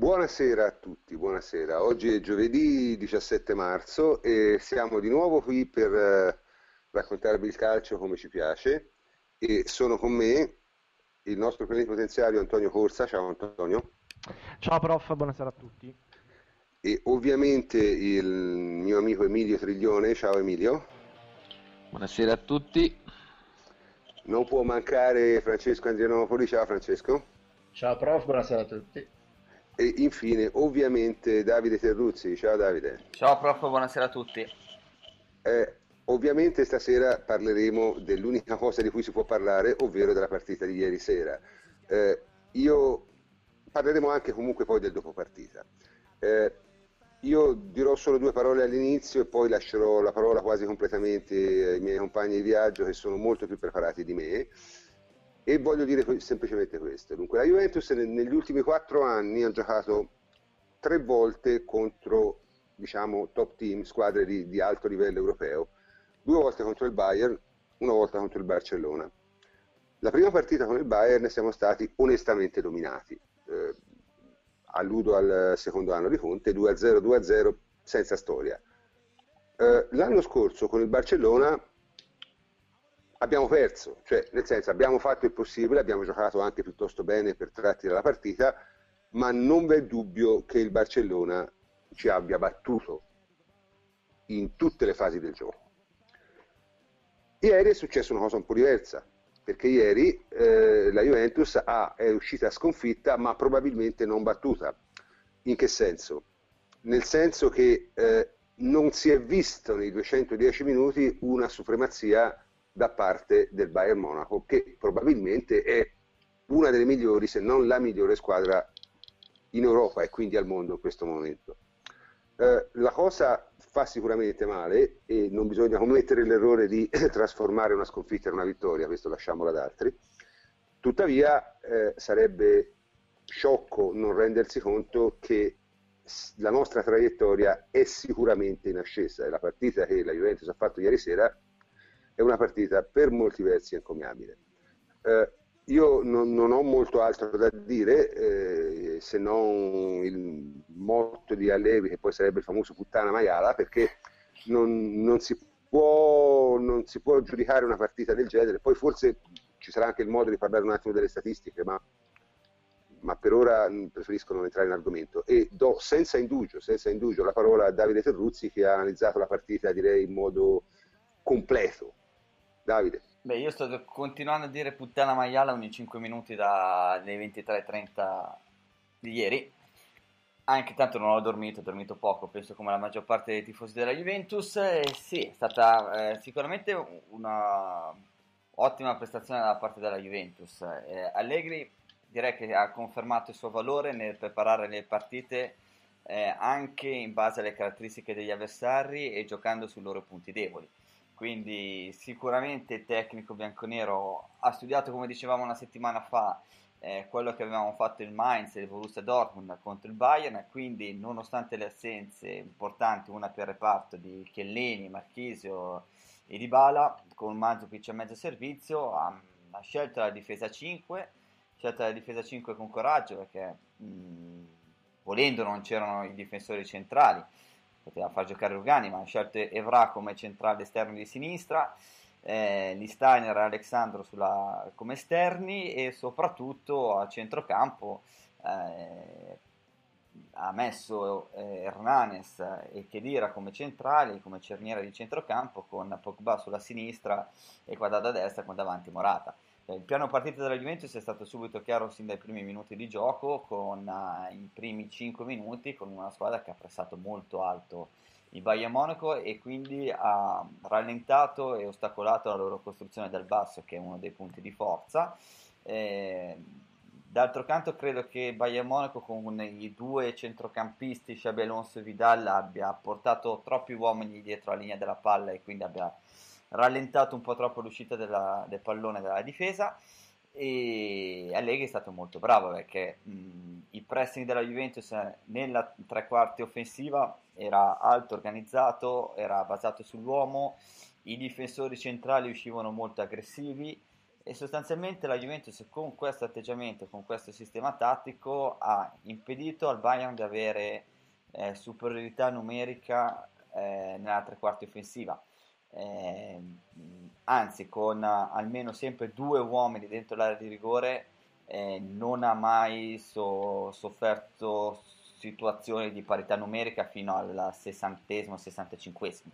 Buonasera a tutti, buonasera. Oggi è giovedì 17 marzo e siamo di nuovo qui per raccontarvi il calcio come ci piace e sono con me il nostro plenipotenziario Antonio Corsa. Ciao Antonio. Ciao prof, buonasera a tutti. E ovviamente il mio amico Emilio Triglione. Ciao Emilio. Buonasera a tutti. Non può mancare Francesco Andrianopoli. Ciao Francesco. Ciao prof, buonasera a tutti. E infine ovviamente Davide Terruzzi. Ciao Davide. Ciao prof, buonasera a tutti. Ovviamente stasera parleremo dell'unica cosa di cui si può parlare, ovvero della partita di ieri sera. Io parleremo anche comunque poi del dopo partita. Io dirò solo due parole all'inizio e poi lascerò la parola quasi completamente ai miei compagni di viaggio che sono molto più preparati di me. E voglio dire semplicemente questo. Dunque, la Juventus negli ultimi 4 anni ha giocato 3 volte contro, diciamo, top team, squadre di alto livello europeo, 2 volte contro il Bayern, una volta contro il Barcellona. La prima partita con il Bayern siamo stati onestamente dominati. Alludo al secondo anno di Conte, 2-0, 2-0, senza storia. L'anno scorso con il Barcellona abbiamo perso, cioè nel senso abbiamo fatto il possibile, abbiamo giocato anche piuttosto bene per tratti della partita, ma non v'è dubbio che il Barcellona ci abbia battuto in tutte le fasi del gioco. Ieri è successa una cosa un po' diversa, perché ieri la Juventus è uscita sconfitta, ma probabilmente non battuta. In che senso? Nel senso che non si è visto nei 210 minuti una supremazia da parte del Bayern Monaco, che probabilmente è una delle migliori, se non la migliore squadra in Europa e quindi al mondo in questo momento. La cosa fa sicuramente male e non bisogna commettere l'errore di trasformare una sconfitta in una vittoria, questo lasciamolo ad altri. Tuttavia sarebbe sciocco non rendersi conto che la nostra traiettoria è sicuramente in ascesa e la partita che la Juventus ha fatto ieri sera è una partita per molti versi encomiabile. Io non ho molto altro da dire se non il motto di Allegri, che poi sarebbe il famoso puttana maiala, perché non si può giudicare una partita del genere. Poi forse ci sarà anche il modo di parlare un attimo delle statistiche, ma per ora preferisco non entrare in argomento e do senza indugio la parola a Davide Terruzzi, che ha analizzato la partita direi in modo completo. Davide. Beh, io sto continuando a dire puttana maiala ogni 5 minuti dai 23:30 di ieri. Anche tanto non ho dormito poco, penso come la maggior parte dei tifosi della Juventus. Sì, è stata sicuramente una ottima prestazione da parte della Juventus. Allegri direi che ha confermato il suo valore nel preparare le partite anche in base alle caratteristiche degli avversari e giocando sui loro punti deboli. Quindi sicuramente il tecnico bianconero ha studiato, come dicevamo una settimana fa, quello che avevamo fatto il Mainz e il Borussia Dortmund contro il Bayern, quindi nonostante le assenze importanti, una per reparto di Chiellini, Marchisio e Dybala, con Mandzukic a mezzo servizio, ha scelto la difesa 5, scelta la difesa 5 con coraggio perché volendo non c'erano i difensori centrali, poteva far giocare Rugani, ma ha scelto Evra come centrale esterno di sinistra, Listainer e Alexandro come esterni e soprattutto a centrocampo ha messo Hernanes e Khedira come centrali, come cerniera di centrocampo, con Pogba sulla sinistra e Quadrado a destra con davanti Morata. Il piano partita della Juventus è stato subito chiaro sin dai primi minuti di gioco, con i primi 5 minuti con una squadra che ha pressato molto alto il Bayern Monaco e quindi ha rallentato e ostacolato la loro costruzione dal basso, che è uno dei punti di forza. D'altro canto credo che Bayern Monaco con i due centrocampisti Xabi Alonso e Vidal abbia portato troppi uomini dietro la linea della palla e quindi abbia rallentato un po' troppo l'uscita del pallone dalla difesa. E Allegri è stato molto bravo perché il pressing della Juventus nella tre quarti offensiva era alto, organizzato, era basato sull'uomo, i difensori centrali uscivano molto aggressivi, e sostanzialmente la Juventus con questo atteggiamento, con questo sistema tattico ha impedito al Bayern di avere superiorità numerica nella tre quarti offensiva. Eh, Anzi, con almeno sempre due uomini dentro l'area di rigore non ha mai sofferto situazioni di parità numerica fino al 60esimo, 65esimo.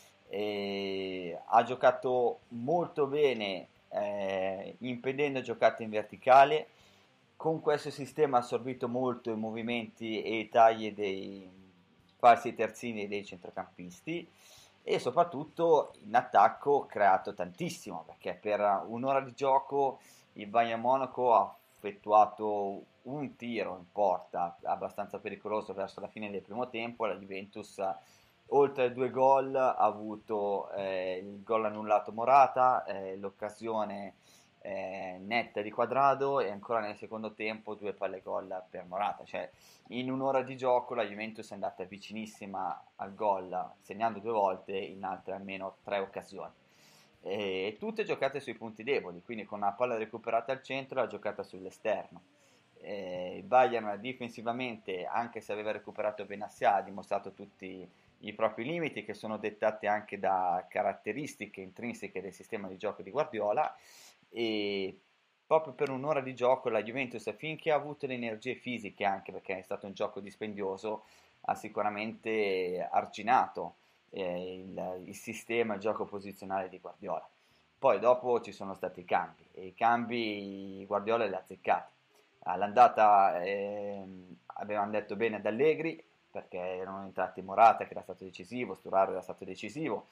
Ha giocato molto bene impedendo giocate in verticale. Con questo sistema ha assorbito molto i movimenti e i tagli dei falsi terzini e dei centrocampisti e soprattutto in attacco creato tantissimo, perché per un'ora di gioco il Bayern Monaco ha effettuato un tiro in porta abbastanza pericoloso verso la fine del primo tempo. La Juventus, oltre ai due gol, ha avuto il gol annullato Morata, l'occasione netta di Quadrado e ancora nel secondo tempo due palle gol per Morata. Cioè, in un'ora di gioco la Juventus è andata vicinissima al gol, segnando due volte in altre almeno tre occasioni. E tutte giocate sui punti deboli, quindi con una palla recuperata al centro la giocata sull'esterno. Il Bayern difensivamente, anche se aveva recuperato Benassia, ha dimostrato tutti i propri limiti, che sono dettati anche da caratteristiche intrinseche del sistema di gioco di Guardiola, e proprio per un'ora di gioco la Juventus, finché ha avuto le energie fisiche, anche perché è stato un gioco dispendioso, ha sicuramente arginato il sistema, il gioco posizionale di Guardiola. Poi dopo ci sono stati i cambi, e i cambi Guardiola li ha azzeccati. All'andata avevano detto bene ad Allegri, perché erano entrati Morata che era stato decisivo, Sturaro era stato decisivo.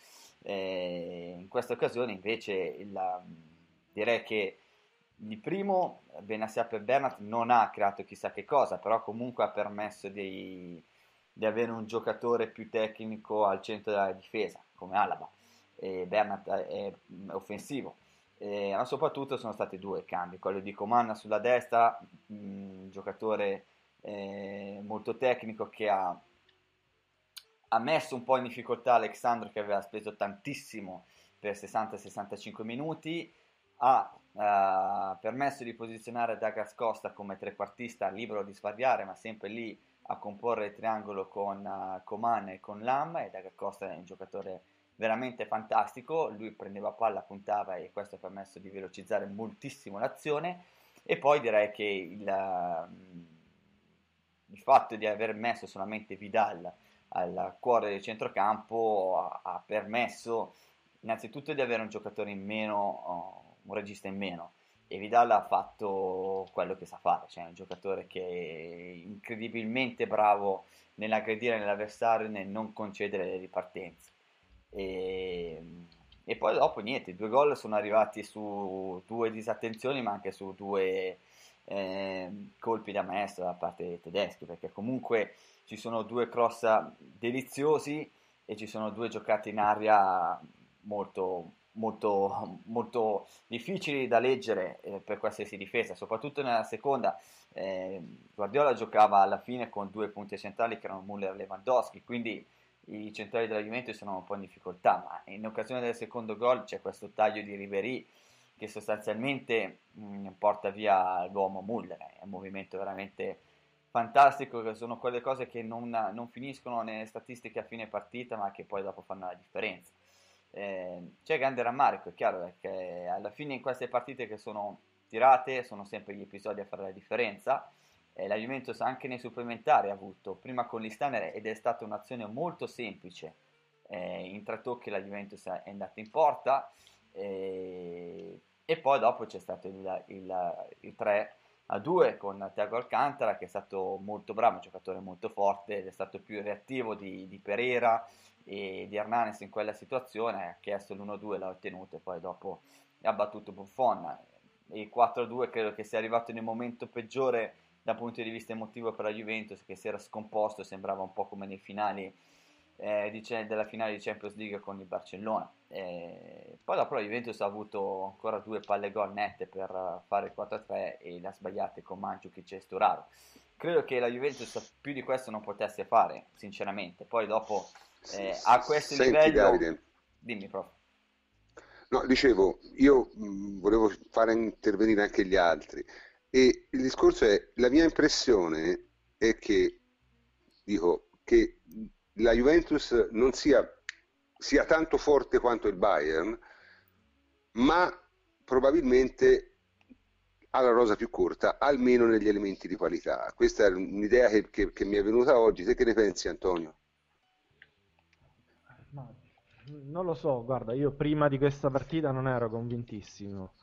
In questa occasione invece direi che il primo, Benassia per Bernat, non ha creato chissà che cosa, però comunque ha permesso di avere un giocatore più tecnico al centro della difesa, come Alaba. Bernat è offensivo. Ma soprattutto sono stati due cambi, quello di Coman sulla destra, un giocatore molto tecnico che ha messo un po' in difficoltà Alexandro, che aveva speso tantissimo per 60-65 minuti, ha permesso di posizionare Douglas Costa come trequartista libero di svariare, ma sempre lì a comporre il triangolo con Coman e con Lam, e Douglas Costa è un giocatore veramente fantastico, lui prendeva palla, puntava, e questo ha permesso di velocizzare moltissimo l'azione. E poi direi che il fatto di aver messo solamente Vidal al cuore del centrocampo ha permesso innanzitutto di avere un giocatore in meno, un regista in meno, e Vidal ha fatto quello che sa fare, cioè è un giocatore che è incredibilmente bravo nell'aggredire l'avversario e nel non concedere le ripartenze. E, e poi dopo niente, i due gol sono arrivati su due disattenzioni, ma anche su due colpi da maestro da parte dei tedeschi, perché comunque ci sono due cross deliziosi e ci sono due giocate in aria molto, molto, molto difficili da leggere per qualsiasi difesa, soprattutto nella seconda. Guardiola giocava alla fine con due punti centrali che erano Müller e Lewandowski, quindi i centrali della Juventus sono un po' in difficoltà, ma in occasione del secondo gol c'è questo taglio di Ribéry che sostanzialmente porta via l'uomo Müller. È un movimento veramente fantastico, che sono quelle cose che non finiscono nelle statistiche a fine partita, ma che poi dopo fanno la differenza. C'è grande rammarico, è chiaro, perché alla fine in queste partite che sono tirate sono sempre gli episodi a fare la differenza. La Juventus anche nei supplementari ha avuto, prima con l'Istaner, ed è stata un'azione molto semplice, in tre tocchi la Juventus è andata in porta, e poi dopo c'è stato il 3-2 con Thiago Alcantara, che è stato molto bravo, un giocatore molto forte, ed è stato più reattivo di Pereira e di Hernanes in quella situazione. Ha chiesto l'1-2, l'ha ottenuto, e poi dopo ha battuto Buffon. Il 4-2 credo che sia arrivato nel momento peggiore dal punto di vista emotivo per la Juventus, che si era scomposto, sembrava un po' come nei finali della finale di Champions League con il Barcellona. Poi dopo la Juventus ha avuto ancora due palle gol nette per fare il 4-3 e le ha sbagliate con Mandzukic e Sturaro. Credo che la Juventus più di questo non potesse fare, sinceramente. Poi dopo a questo Senti, livello... Davide, Dimmi, prof. No, dicevo, io volevo fare intervenire anche gli altri e il discorso è, la mia impressione è che, dico, che la Juventus non sia tanto forte quanto il Bayern, ma probabilmente ha la rosa più corta, almeno negli elementi di qualità. Questa è un'idea che mi è venuta oggi. Te che ne pensi, Antonio? Ma non lo so, guarda, io prima di questa partita non ero convintissimo.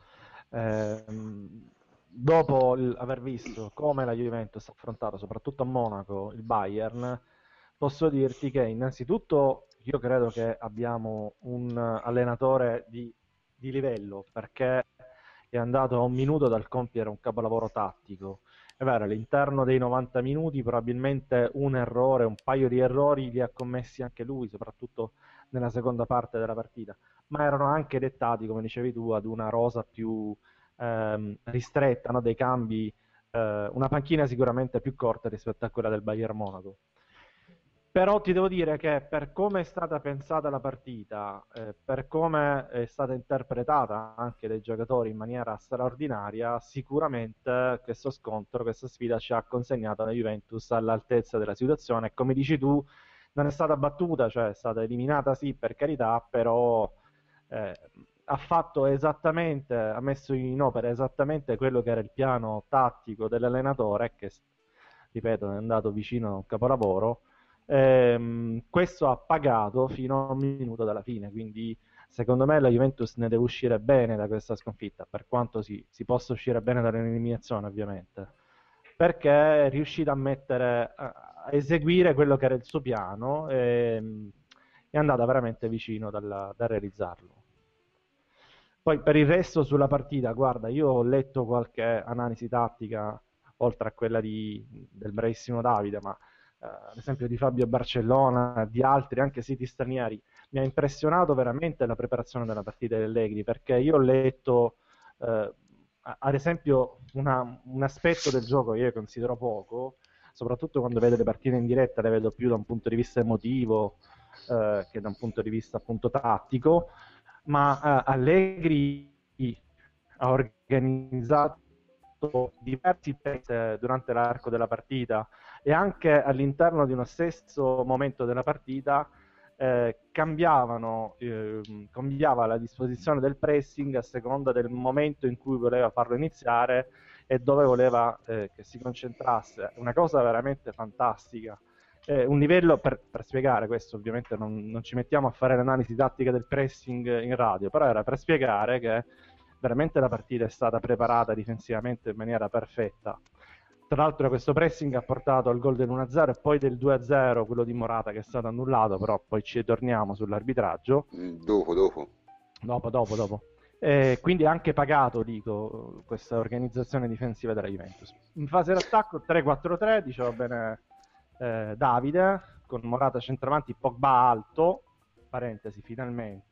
Dopo aver visto come la Juventus ha affrontato, soprattutto a Monaco, il Bayern, posso dirti che innanzitutto io credo che abbiamo un allenatore di livello, perché è andato a un minuto dal compiere un capolavoro tattico. È vero, all'interno dei 90 minuti probabilmente un errore, un paio di errori li ha commessi anche lui, soprattutto nella seconda parte della partita, ma erano anche dettati, come dicevi tu, ad una rosa più ristretta, no? Dei cambi, una panchina sicuramente più corta rispetto a quella del Bayern Monaco. Però ti devo dire che per come è stata pensata la partita, per come è stata interpretata anche dai giocatori in maniera straordinaria, sicuramente questo scontro, questa sfida ci ha consegnato la Juventus all'altezza della situazione. E come dici tu, non è stata battuta, cioè è stata eliminata sì, per carità, però eh, ha fatto esattamente, ha messo in opera esattamente quello che era il piano tattico dell'allenatore, che ripeto è andato vicino a un capolavoro. Questo ha pagato fino a un minuto dalla fine, quindi secondo me la Juventus ne deve uscire bene da questa sconfitta, per quanto si possa uscire bene dall'eliminazione ovviamente, perché è riuscita a mettere, a eseguire quello che era il suo piano e è andata veramente vicino da realizzarlo. Poi per il resto sulla partita, guarda, io ho letto qualche analisi tattica, oltre a quella del bravissimo Davide, ma ad esempio di Fabio Barcellona, di altri, anche siti stranieri. Mi ha impressionato veramente la preparazione della partita di Allegri, perché io ho letto, ad esempio, un aspetto del gioco che io considero poco, soprattutto quando vedo le partite in diretta, le vedo più da un punto di vista emotivo che da un punto di vista appunto tattico, ma Allegri ha organizzato diversi pace durante l'arco della partita e anche all'interno di uno stesso momento della partita cambiava la disposizione del pressing a seconda del momento in cui voleva farlo iniziare e dove voleva che si concentrasse. Una cosa veramente fantastica. Un livello per spiegare questo, ovviamente non ci mettiamo a fare l'analisi tattica del pressing in radio, però era per spiegare che veramente la partita è stata preparata difensivamente in maniera perfetta. Tra l'altro questo pressing ha portato al gol dell'1-0 e poi del 2-0, quello di Morata che è stato annullato, però poi ci torniamo sull'arbitraggio. Dopo. Dopo. Quindi ha anche pagato, dico, questa organizzazione difensiva della Juventus. In fase d'attacco 3-4-3, diceva bene Davide, con Morata centravanti, Pogba alto, parentesi finalmente,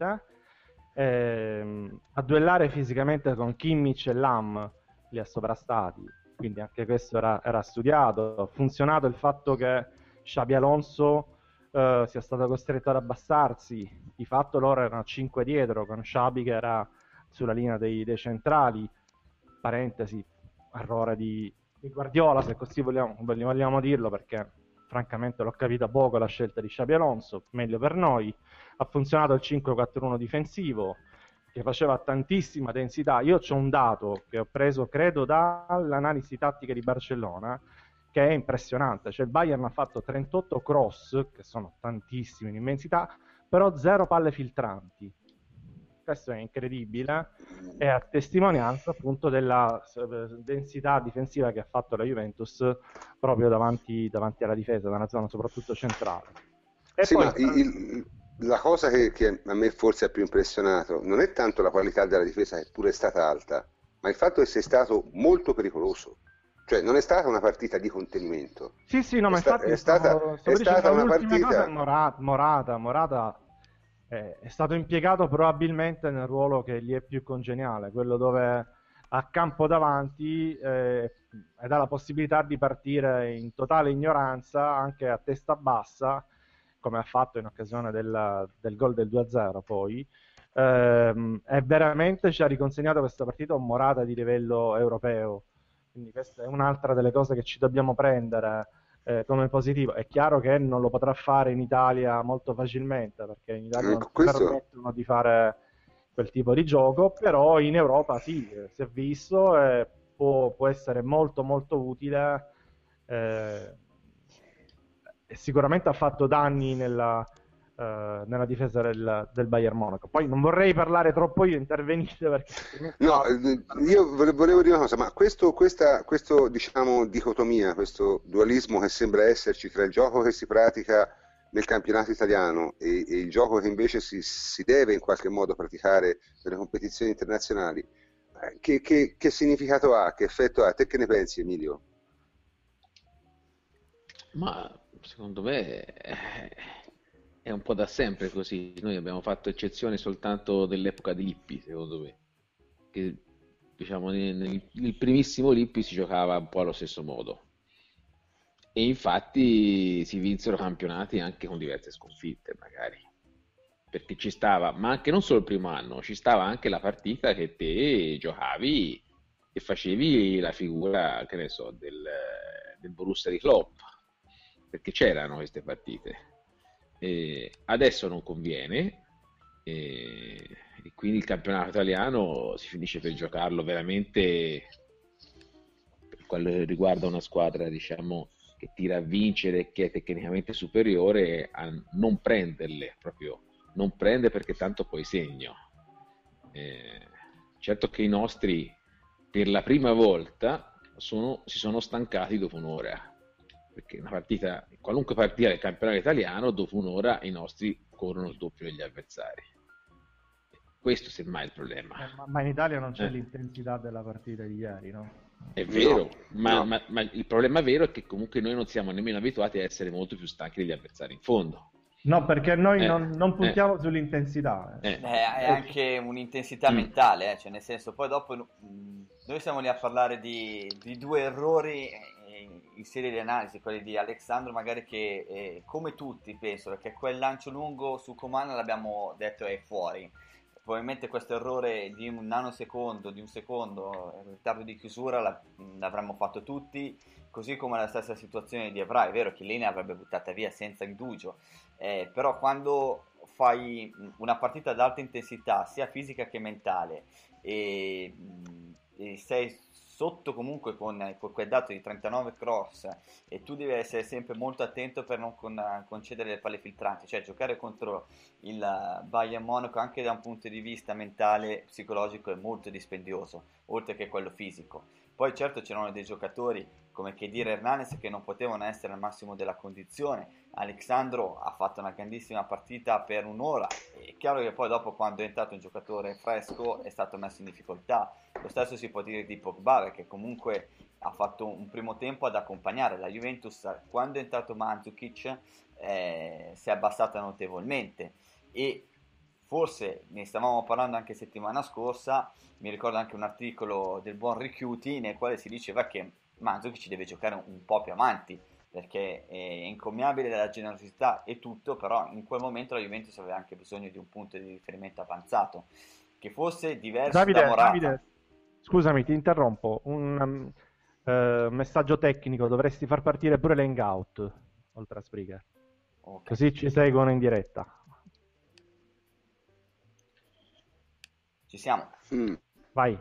a duellare fisicamente con Kimmich e Lam li ha sovrastati, quindi anche questo era studiato. Ha funzionato il fatto che Xabi Alonso sia stato costretto ad abbassarsi, di fatto loro erano 5 dietro con Xabi che era sulla linea dei centrali, parentesi, errore di Guardiola se così vogliamo dirlo, perché francamente l'ho capita poco la scelta di Xabi Alonso, meglio per noi. Ha funzionato il 5-4-1 difensivo che faceva tantissima densità. Io ho un dato che ho preso credo dall'analisi tattica di Barcellona che è impressionante, cioè il Bayern ha fatto 38 cross, che sono tantissimi in immensità, però 0 palle filtranti. Questo è incredibile, è a testimonianza appunto della densità difensiva che ha fatto la Juventus proprio davanti alla difesa, nella zona soprattutto centrale. E sì, poi ma la cosa che a me forse ha più impressionato non è tanto la qualità della difesa, che pure è stata alta, ma il fatto che sei stato molto pericoloso. Cioè non è stata una partita di contenimento. Sì, no, ma infatti è stata una l'ultima cosa partita... è Morata è stato impiegato probabilmente nel ruolo che gli è più congeniale, quello dove a campo davanti ed ha la possibilità di partire in totale ignoranza, anche a testa bassa, come ha fatto in occasione del gol del 2-0 poi, e veramente ci ha riconsegnato questa partita un Morata di livello europeo. Quindi questa è un'altra delle cose che ci dobbiamo prendere come positivo. È chiaro che non lo potrà fare in Italia molto facilmente, perché in Italia non si Questo permettono di fare quel tipo di gioco, però in Europa sì, si è visto e può essere molto molto utile. E sicuramente ha fatto danni nella difesa del Bayern Monaco. Poi non vorrei parlare troppo io, intervenite perché No, io volevo dire una cosa, ma questo, diciamo, dicotomia, questo dualismo che sembra esserci tra il gioco che si pratica nel campionato italiano e il gioco che invece si deve in qualche modo praticare nelle competizioni internazionali, che significato ha, che effetto ha? Te che ne pensi, Emilio? Ma secondo me è un po' da sempre così. Noi abbiamo fatto eccezione soltanto dell'epoca di Lippi, secondo me. Che diciamo nel primissimo Lippi si giocava un po' allo stesso modo. E infatti si vinsero campionati anche con diverse sconfitte, magari. Perché ci stava, ma anche non solo il primo anno, ci stava anche la partita che te giocavi e facevi la figura, che ne so, del Borussia di Klopp, perché c'erano queste partite. Adesso non conviene, e quindi il campionato italiano si finisce per giocarlo veramente, per quello che riguarda una squadra, diciamo, che tira a vincere e che è tecnicamente superiore, a non prenderle proprio, non prende perché tanto poi segno. Certo che i nostri per la prima volta si sono stancati dopo un'ora, perché una partita, qualunque partita del campionato italiano, dopo un'ora i nostri corrono il doppio degli avversari. Questo semmai è il problema. Ma in Italia non c'è l'intensità della partita di ieri, no? È vero, no. ma il problema vero è che comunque noi non siamo nemmeno abituati a essere molto più stanchi degli avversari in fondo. No, perché noi non puntiamo sull'intensità. È anche un'intensità mentale, cioè nel senso, poi dopo noi siamo lì a parlare di due errori in serie di analisi, quelli di Alexandro magari che come tutti penso, perché quel lancio lungo su Coman l'abbiamo detto è fuori. Probabilmente questo errore di un nanosecondo, di un secondo, il ritardo di chiusura l'avremmo fatto tutti, così come la stessa situazione di Evra. È vero che Lane avrebbe buttata via senza indugio, però quando fai una partita ad alta intensità, sia fisica che mentale, e sei sotto comunque con quel dato di 39 cross, e tu devi essere sempre molto attento per non concedere le palle filtranti, cioè giocare contro il Bayern Monaco anche da un punto di vista mentale, psicologico, è molto dispendioso, oltre che quello fisico. Poi certo c'erano dei giocatori come Khedira Hernanes che non potevano essere al massimo della condizione. Alexandro ha fatto una grandissima partita per un'ora, è chiaro che poi dopo, quando è entrato un giocatore fresco, è stato messo in difficoltà. Lo stesso si può dire di Pogba, perché comunque ha fatto un primo tempo ad accompagnare la Juventus. Quando è entrato Mandzukic si è abbassata notevolmente, e forse ne stavamo parlando anche settimana scorsa. Mi ricordo anche un articolo del buon Richiuti nel quale si diceva che Mandzukic deve giocare un po' più avanti, perché è incommiabile della generosità e tutto, però in quel momento la Juventus aveva anche bisogno di un punto di riferimento avanzato che fosse diverso da Morata. Davide, scusami, ti interrompo. Un messaggio tecnico: dovresti far partire pure l'hangout oltre a Spreaker, Okay. così ci seguono in diretta. Ci siamo. Vai.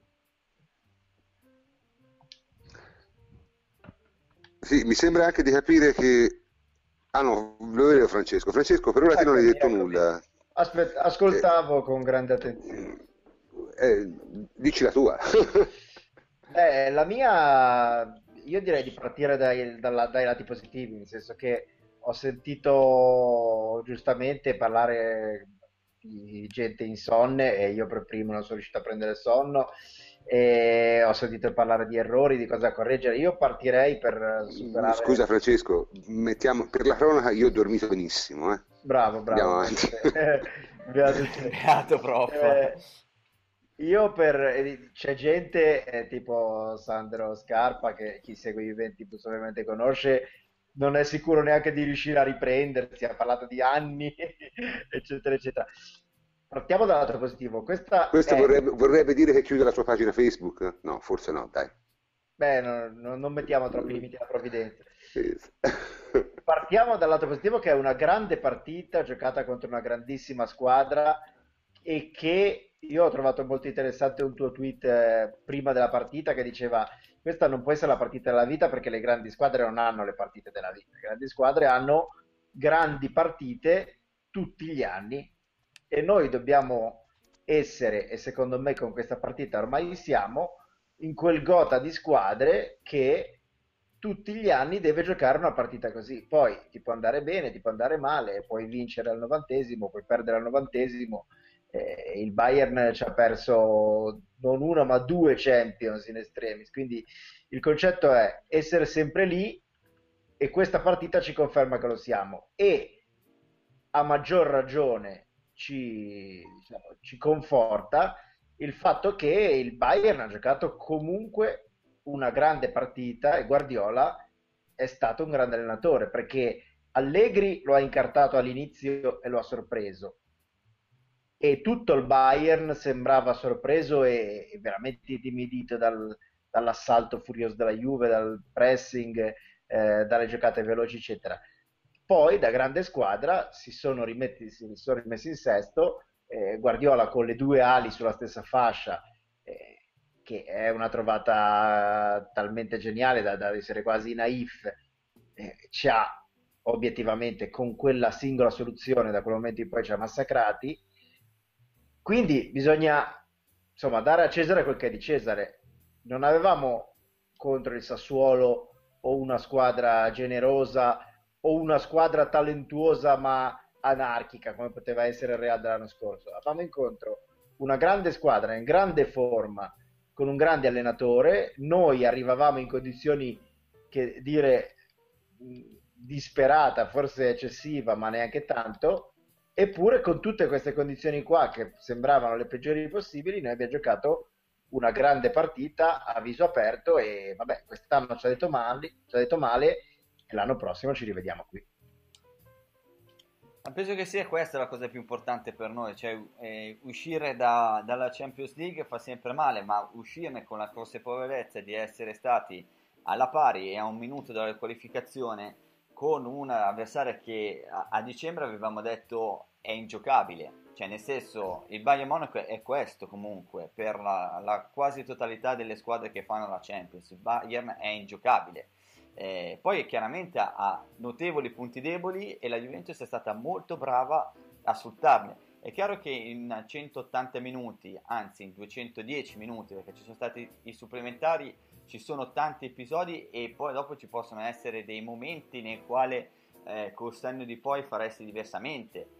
Sì, mi sembra anche di capire che... Ah no, lo vedo Francesco. Francesco, per ora te non hai detto nulla. Aspetta, ascoltavo con grande attenzione. Dici la tua. La mia, io direi di partire dai lati positivi, nel senso che ho sentito giustamente parlare di gente insonne, e io per primo non sono riuscito a prendere sonno, e ho sentito parlare di errori, di cosa correggere. Io partirei per superare... Scusa Francesco, mettiamo per la cronaca, io ho dormito benissimo. Bravo. Andiamo avanti. Beato prof. C'è gente tipo Sandro Scarpa, che chi segue i Juventus ovviamente conosce, non è sicuro neanche di riuscire a riprendersi, ha parlato di anni, eccetera, eccetera. partiamo dal lato positivo. Questa Questo è vorrebbe dire che chiude la sua pagina Facebook? No, forse no, dai. Beh, non mettiamo troppi limiti alla provvidenza. Es- Partiamo dal lato positivo che è una grande partita giocata contro una grandissima squadra e che io ho trovato molto interessante un tuo tweet prima della partita che diceva questa non può essere la partita della vita perché le grandi squadre non hanno le partite della vita, le grandi squadre hanno grandi partite tutti gli anni e noi dobbiamo essere, e secondo me con questa partita ormai siamo, in quel gota di squadre che tutti gli anni deve giocare una partita così. Poi ti può andare bene, ti può andare male, puoi vincere al 90°, puoi perdere al 90°. Il Bayern ci ha perso non una ma due Champions in estremis, quindi il concetto è essere sempre lì e questa partita ci conferma che lo siamo e a maggior ragione diciamo, ci conforta il fatto che il Bayern ha giocato comunque una grande partita e Guardiola è stato un grande allenatore perché Allegri lo ha incartato all'inizio e lo ha sorpreso e tutto il Bayern sembrava sorpreso e veramente intimidito dall'assalto furioso della Juve, dal pressing, dalle giocate veloci, eccetera. Poi da grande squadra si sono rimessi in sesto, Guardiola con le due ali sulla stessa fascia, che è una trovata talmente geniale da essere quasi naif, ci ha obiettivamente con quella singola soluzione da quel momento in poi ci ha massacrati. Quindi bisogna insomma dare a Cesare quel che è di Cesare. Non avevamo contro il Sassuolo o una squadra generosa o una squadra talentuosa ma anarchica come poteva essere il Real dell'anno scorso. Avevamo incontro una grande squadra in grande forma con un grande allenatore. Noi arrivavamo in condizioni che dire disperata, forse eccessiva, ma neanche tanto. Eppure con tutte queste condizioni qua che sembravano le peggiori possibili, noi abbiamo giocato una grande partita a viso aperto e vabbè, quest'anno ci ha detto male e l'anno prossimo ci rivediamo qui. Ma penso che sia questa la cosa più importante per noi, cioè uscire dalla Champions League fa sempre male, ma uscirne con la consapevolezza di essere stati alla pari e a un minuto dalla qualificazione con un avversario che a dicembre avevamo detto è ingiocabile, cioè nel senso il Bayern Monaco è questo comunque per la quasi totalità delle squadre che fanno la Champions, il Bayern è ingiocabile. Poi chiaramente ha notevoli punti deboli e la Juventus è stata molto brava a sfruttarli. È chiaro che in 180 minuti, anzi in 210 minuti, perché ci sono stati i supplementari, ci sono tanti episodi e poi dopo ci possono essere dei momenti nei quali col senno di poi faresti diversamente.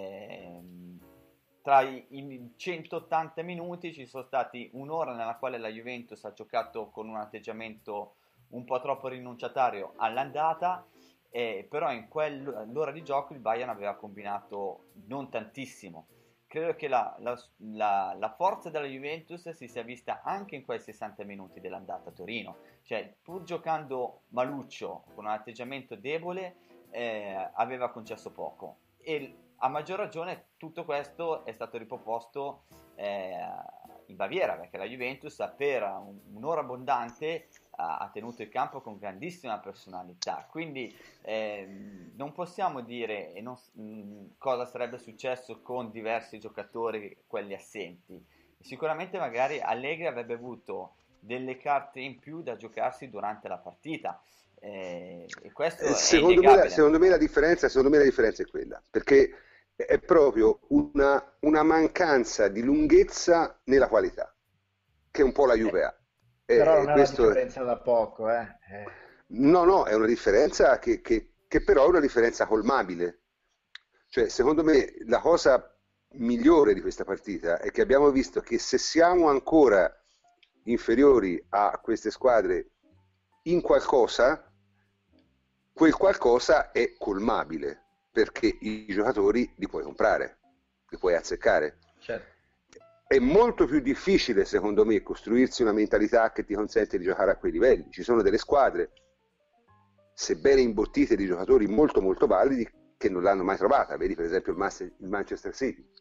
Tra i 180 minuti ci sono stati un'ora nella quale la Juventus ha giocato con un atteggiamento un po' troppo rinunciatario all'andata, però in quell'ora di gioco il Bayern aveva combinato non tantissimo. Credo che la forza della Juventus si sia vista anche in quei 60 minuti dell'andata a Torino, cioè pur giocando maluccio con un atteggiamento debole aveva concesso poco e a maggior ragione tutto questo è stato riproposto in Baviera, perché la Juventus per un'ora abbondante ha tenuto il campo con grandissima personalità, quindi non possiamo dire cosa sarebbe successo con diversi giocatori, quelli assenti. Sicuramente magari Allegri avrebbe avuto delle carte in più da giocarsi durante la partita, e questo è innegabile. Secondo me la differenza è quella, perché è proprio una mancanza di lunghezza nella qualità, che un po' la Juve ha. Però non è una differenza da poco, No, è una differenza che però è una differenza colmabile. Cioè, secondo me, la cosa migliore di questa partita è che abbiamo visto che se siamo ancora inferiori a queste squadre in qualcosa, quel qualcosa è colmabile, perché i giocatori li puoi comprare, li puoi azzeccare. Certo. È molto più difficile, secondo me, costruirsi una mentalità che ti consente di giocare a quei livelli. Ci sono delle squadre, sebbene imbottite di giocatori molto molto validi, che non l'hanno mai trovata. Vedi per esempio il Manchester City.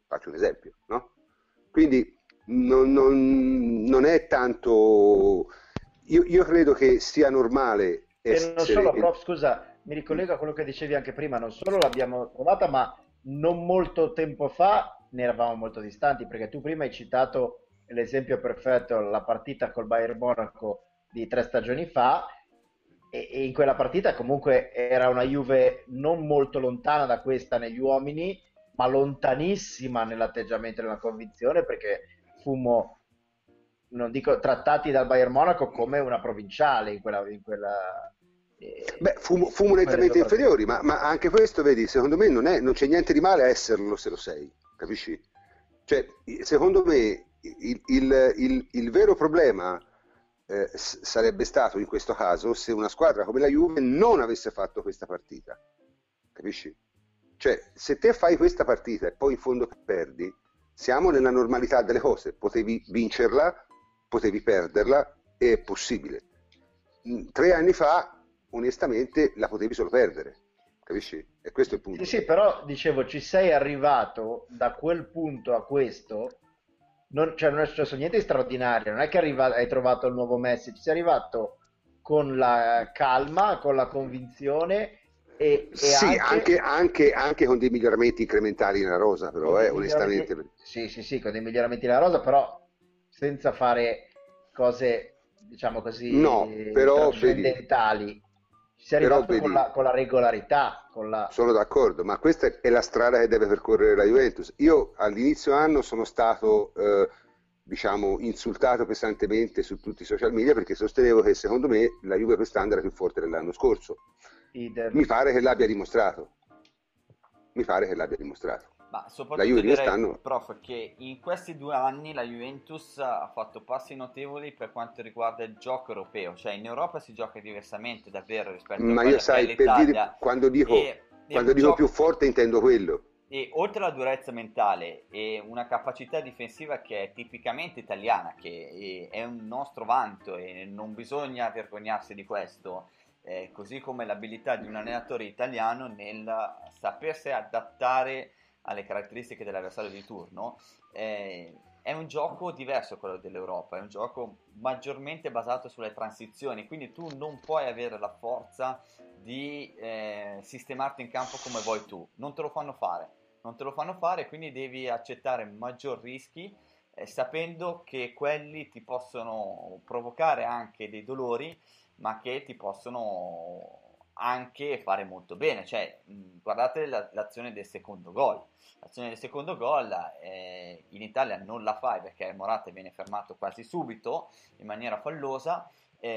faccio un esempio, no? Quindi non è tanto... Io credo che sia normale E non solo, essere... prof, scusa, mi ricollego a quello che dicevi anche prima, non solo l'abbiamo trovata, ma non molto tempo fa ne eravamo molto distanti, perché tu prima hai citato l'esempio perfetto, la partita col Bayern Monaco di 3 stagioni fa, e in quella partita comunque era una Juve non molto lontana da questa negli uomini, ma lontanissima nell'atteggiamento e nella convinzione, perché fummo, non dico trattati dal Bayern Monaco come una provinciale Beh, fumo in quelle due nettamente partite. inferiori, ma anche questo, vedi, secondo me non c'è niente di male a esserlo se lo sei, capisci? Cioè, secondo me il vero problema sarebbe stato in questo caso se una squadra come la Juve non avesse fatto questa partita, capisci? Cioè, se te fai questa partita e poi in fondo perdi, siamo nella normalità delle cose, potevi vincerla, potevi perderla, è possibile. 3 anni fa, onestamente, la potevi solo perdere, capisci? E questo è il Sì, punto. sì, però dicevo, ci sei arrivato da quel punto a questo, cioè non è successo niente di straordinario, non è che hai trovato il nuovo Messi, ci sei arrivato con la calma, con la convinzione e Sì, anche anche con dei miglioramenti incrementali nella rosa, con però, dei onestamente. miglioramenti, sì, sì, sì, con dei miglioramenti nella rosa, però senza fare cose, diciamo No, così, trascendentali. Ci sei però arrivato vedi, con la regolarità, con la... sono d'accordo, ma questa è la strada che deve percorrere la Juventus. Io all'inizio anno sono stato, diciamo, insultato pesantemente su tutti i social media perché sostenevo che secondo me la Juve quest'anno era più forte dell'anno scorso. Mi idem. pare che l'abbia dimostrato. Mi pare che l'abbia dimostrato. Ma La soprattutto Juve di direi, quest'anno... prof, che in questi 2 anni la Juventus ha fatto passi notevoli per quanto riguarda il gioco europeo, cioè in Europa si gioca diversamente davvero rispetto a Ma io quello che è sai, per dire, l'Italia e quando un dico più gioco forte intendo quello. e oltre alla durezza mentale e una capacità difensiva che è tipicamente italiana, che è un nostro vanto e non bisogna vergognarsi di questo, così come l'abilità di un allenatore italiano nel sapersi adattare alle caratteristiche dell'avversario di turno, è un gioco diverso quello dell'Europa, è un gioco maggiormente basato sulle transizioni, quindi tu non puoi avere la forza di sistemarti in campo come vuoi tu, non te lo fanno fare, non te lo fanno fare, quindi devi accettare maggior rischi, sapendo che quelli ti possono provocare anche dei dolori, ma che ti possono anche fare molto bene. Cioè, guardate l'azione del secondo gol. L'azione del secondo gol in Italia non la fai perché Morata viene fermato quasi subito in maniera fallosa.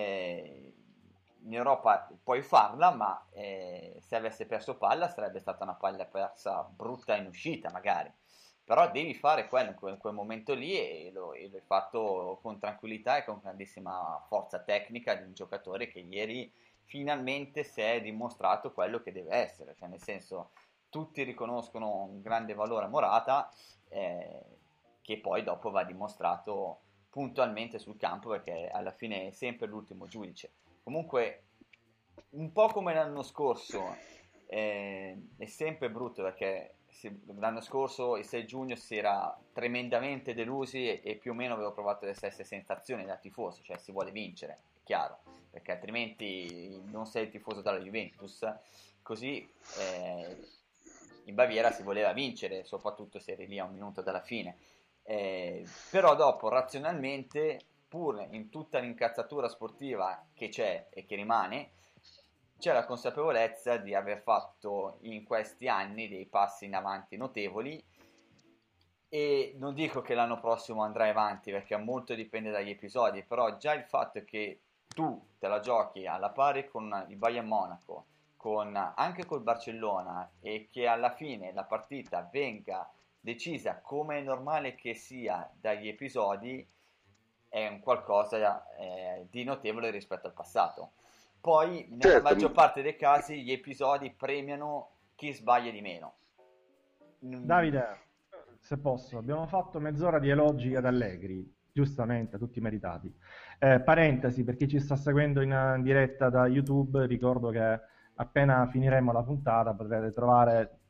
In Europa puoi farla, ma se avesse perso palla sarebbe stata una palla persa brutta in uscita, magari. Però devi fare quello in quel momento lì e l'hai fatto con tranquillità e con grandissima forza tecnica di un giocatore che ieri finalmente si è dimostrato quello che deve essere, cioè nel senso tutti riconoscono un grande valore a Morata, che poi dopo va dimostrato puntualmente sul campo perché alla fine è sempre l'ultimo giudice. Comunque, un po' come l'anno scorso, è sempre brutto perché l'anno scorso, il 6 giugno, si era tremendamente delusi e più o meno avevo provato le stesse sensazioni da tifoso, cioè si vuole vincere, è chiaro, perché altrimenti non sei tifoso della Juventus. Così in Baviera si voleva vincere, soprattutto se eri lì a un minuto dalla fine. Però dopo razionalmente, pur in tutta l'incazzatura sportiva che c'è e che rimane, c'è la consapevolezza di aver fatto in questi anni dei passi in avanti notevoli e non dico che l'anno prossimo andrai avanti perché molto dipende dagli episodi, però già il fatto che tu te la giochi alla pari con il Bayern Monaco, anche col Barcellona, e che alla fine la partita venga decisa come è normale che sia dagli episodi, è un qualcosa di notevole rispetto al passato. Poi nella Certo, maggior parte dei casi gli episodi premiano chi sbaglia di meno. Mm, Davide, se posso, abbiamo fatto mezz'ora di elogi ad Allegri, giustamente, tutti meritati. Parentesi, per chi ci sta seguendo in diretta da YouTube, ricordo che appena finiremo la puntata potrete trovare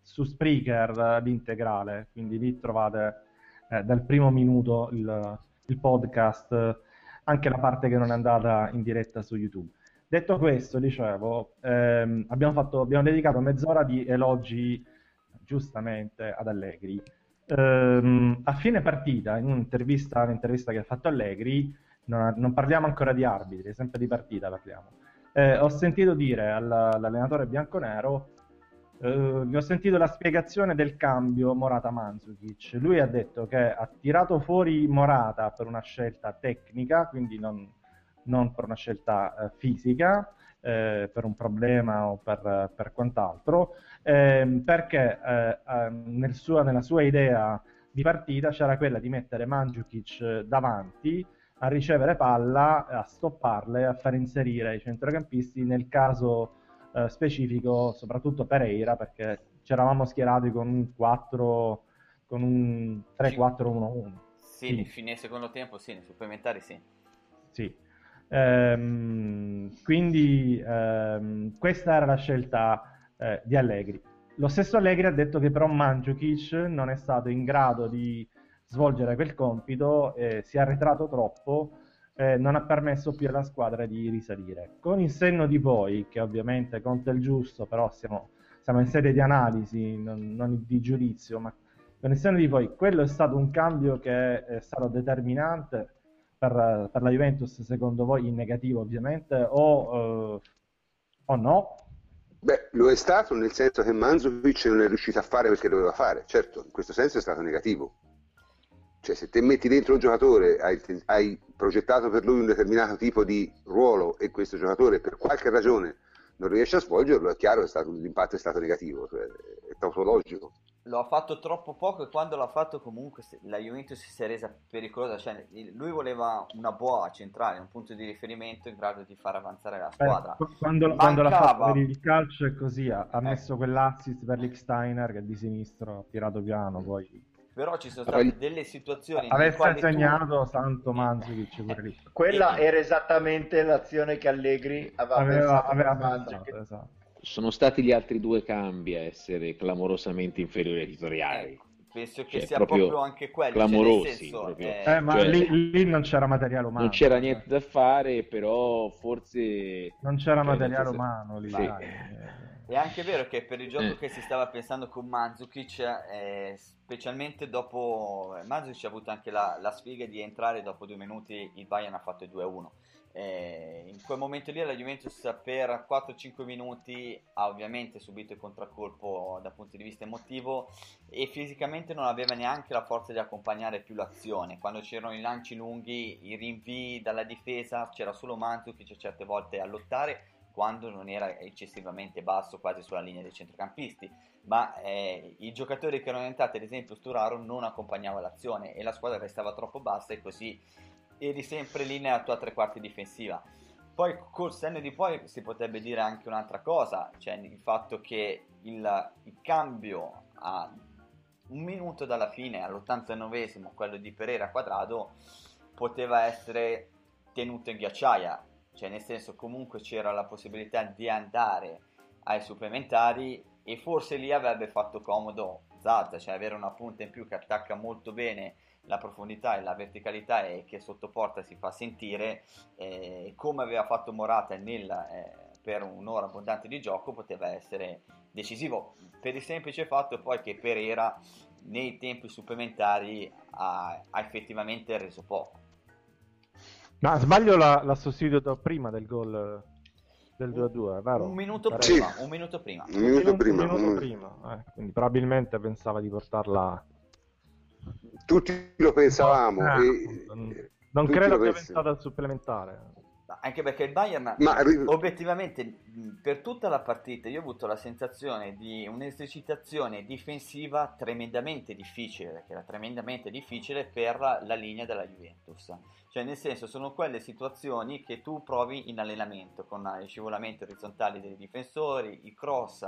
su Spreaker l'integrale, quindi lì trovate dal primo minuto il podcast, anche la parte che non è andata in diretta su YouTube. Detto questo, dicevo, abbiamo dedicato mezz'ora di elogi, giustamente, ad Allegri. A fine partita, in un'intervista che ha fatto Allegri, non parliamo ancora di arbitri, sempre di partita parliamo. Ho sentito dire all'allenatore bianconero, gli ho sentito la spiegazione del cambio Morata-Mandžukić. Lui ha detto che ha tirato fuori Morata per una scelta tecnica, quindi non per una scelta fisica, per un problema o per quant'altro, perché nella sua idea di partita c'era quella di mettere Mandžukić davanti a ricevere palla, a stopparle, a far inserire i centrocampisti, nel caso specifico soprattutto Pereira, perché ci eravamo schierati con un 4, con un 3-4-1-1. Sì, fine secondo tempo, sì, nei supplementari sì. Sì. Quindi questa era la scelta di Allegri. Lo stesso Allegri ha detto che però Mandžukić non è stato in grado di svolgere quel compito, si è arretrato troppo, non ha permesso più alla squadra di risalire. Con il senno di poi, che ovviamente conta il giusto, però siamo in sede di analisi, non di giudizio, ma con il senno di poi, quello è stato un cambio che è stato determinante per la Juventus, secondo voi, in negativo ovviamente, o no? Beh, lo è stato nel senso che Mandžukić non è riuscito a fare quel che doveva fare, certo, in questo senso è stato negativo. Cioè, se te metti dentro un giocatore, hai progettato per lui un determinato tipo di ruolo e questo giocatore per qualche ragione non riesce a svolgerlo, è chiaro che l'impatto è stato negativo, cioè, è tautologico. Lo ha fatto troppo poco, e quando l'ha fatto comunque la Juventus si è resa pericolosa, cioè lui voleva una boa centrale, un punto di riferimento in grado di far avanzare la squadra. Quando l'ha fatto per il calcio è così, ha messo quell'assist per Lichtsteiner che di sinistro ha tirato piano, poi... Però ci sono state delle situazioni avesse segnato Santo Mandžukić pure lì. Quella era esattamente l'azione che Allegri aveva pensato. Esatto. Sono stati gli altri due cambi a essere clamorosamente inferiori ai titolari. Penso che sia proprio anche quello, clamorosi, cioè, nel senso, ma lì non c'era materiale umano, non c'era niente da fare, però forse non c'era materiale umano lì. Sì. È anche vero che per il gioco che si stava pensando con Mandžukić, specialmente dopo Mandžukić ha avuto anche la sfiga di entrare dopo 2 minuti, il Bayern ha fatto il 2-1. In quel momento lì la Juventus per 4-5 minuti ha ovviamente subito il contraccolpo dal punto di vista emotivo e fisicamente non aveva neanche la forza di accompagnare più l'azione. Quando c'erano i lanci lunghi, i rinvii dalla difesa, c'era solo Mandžukić certe volte a lottare, quando non era eccessivamente basso, quasi sulla linea dei centrocampisti, ma i giocatori che erano entrati, ad esempio Sturaro, non accompagnava l'azione e la squadra restava troppo bassa e così eri sempre lì nella tua tre quarti difensiva. Poi col senno di poi si potrebbe dire anche un'altra cosa, cioè il fatto che il cambio a 1 minuto dalla fine, all'89esimo, quello di Pereira Quadrado, poteva essere tenuto in ghiacciaia, cioè nel senso comunque c'era la possibilità di andare ai supplementari e forse lì avrebbe fatto comodo Zaza, cioè avere una punta in più che attacca molto bene la profondità e la verticalità e che sotto porta si fa sentire, come aveva fatto Morata per un'ora abbondante di gioco, poteva essere decisivo, per il semplice fatto poi che Pereira nei tempi supplementari ha effettivamente reso poco. Ma sbaglio, l'ha sostituito prima del gol del 2-2, vero? Un minuto prima. Quindi probabilmente pensava di portarla. Tutti lo pensavamo. Non credo abbia pensato al supplementare. Anche perché il Bayern, obiettivamente, per tutta la partita io ho avuto la sensazione di un'esercitazione difensiva tremendamente difficile, perché era tremendamente difficile per la linea della Juventus. Cioè, nel senso, sono quelle situazioni che tu provi in allenamento, con gli scivolamenti orizzontali dei difensori, i cross,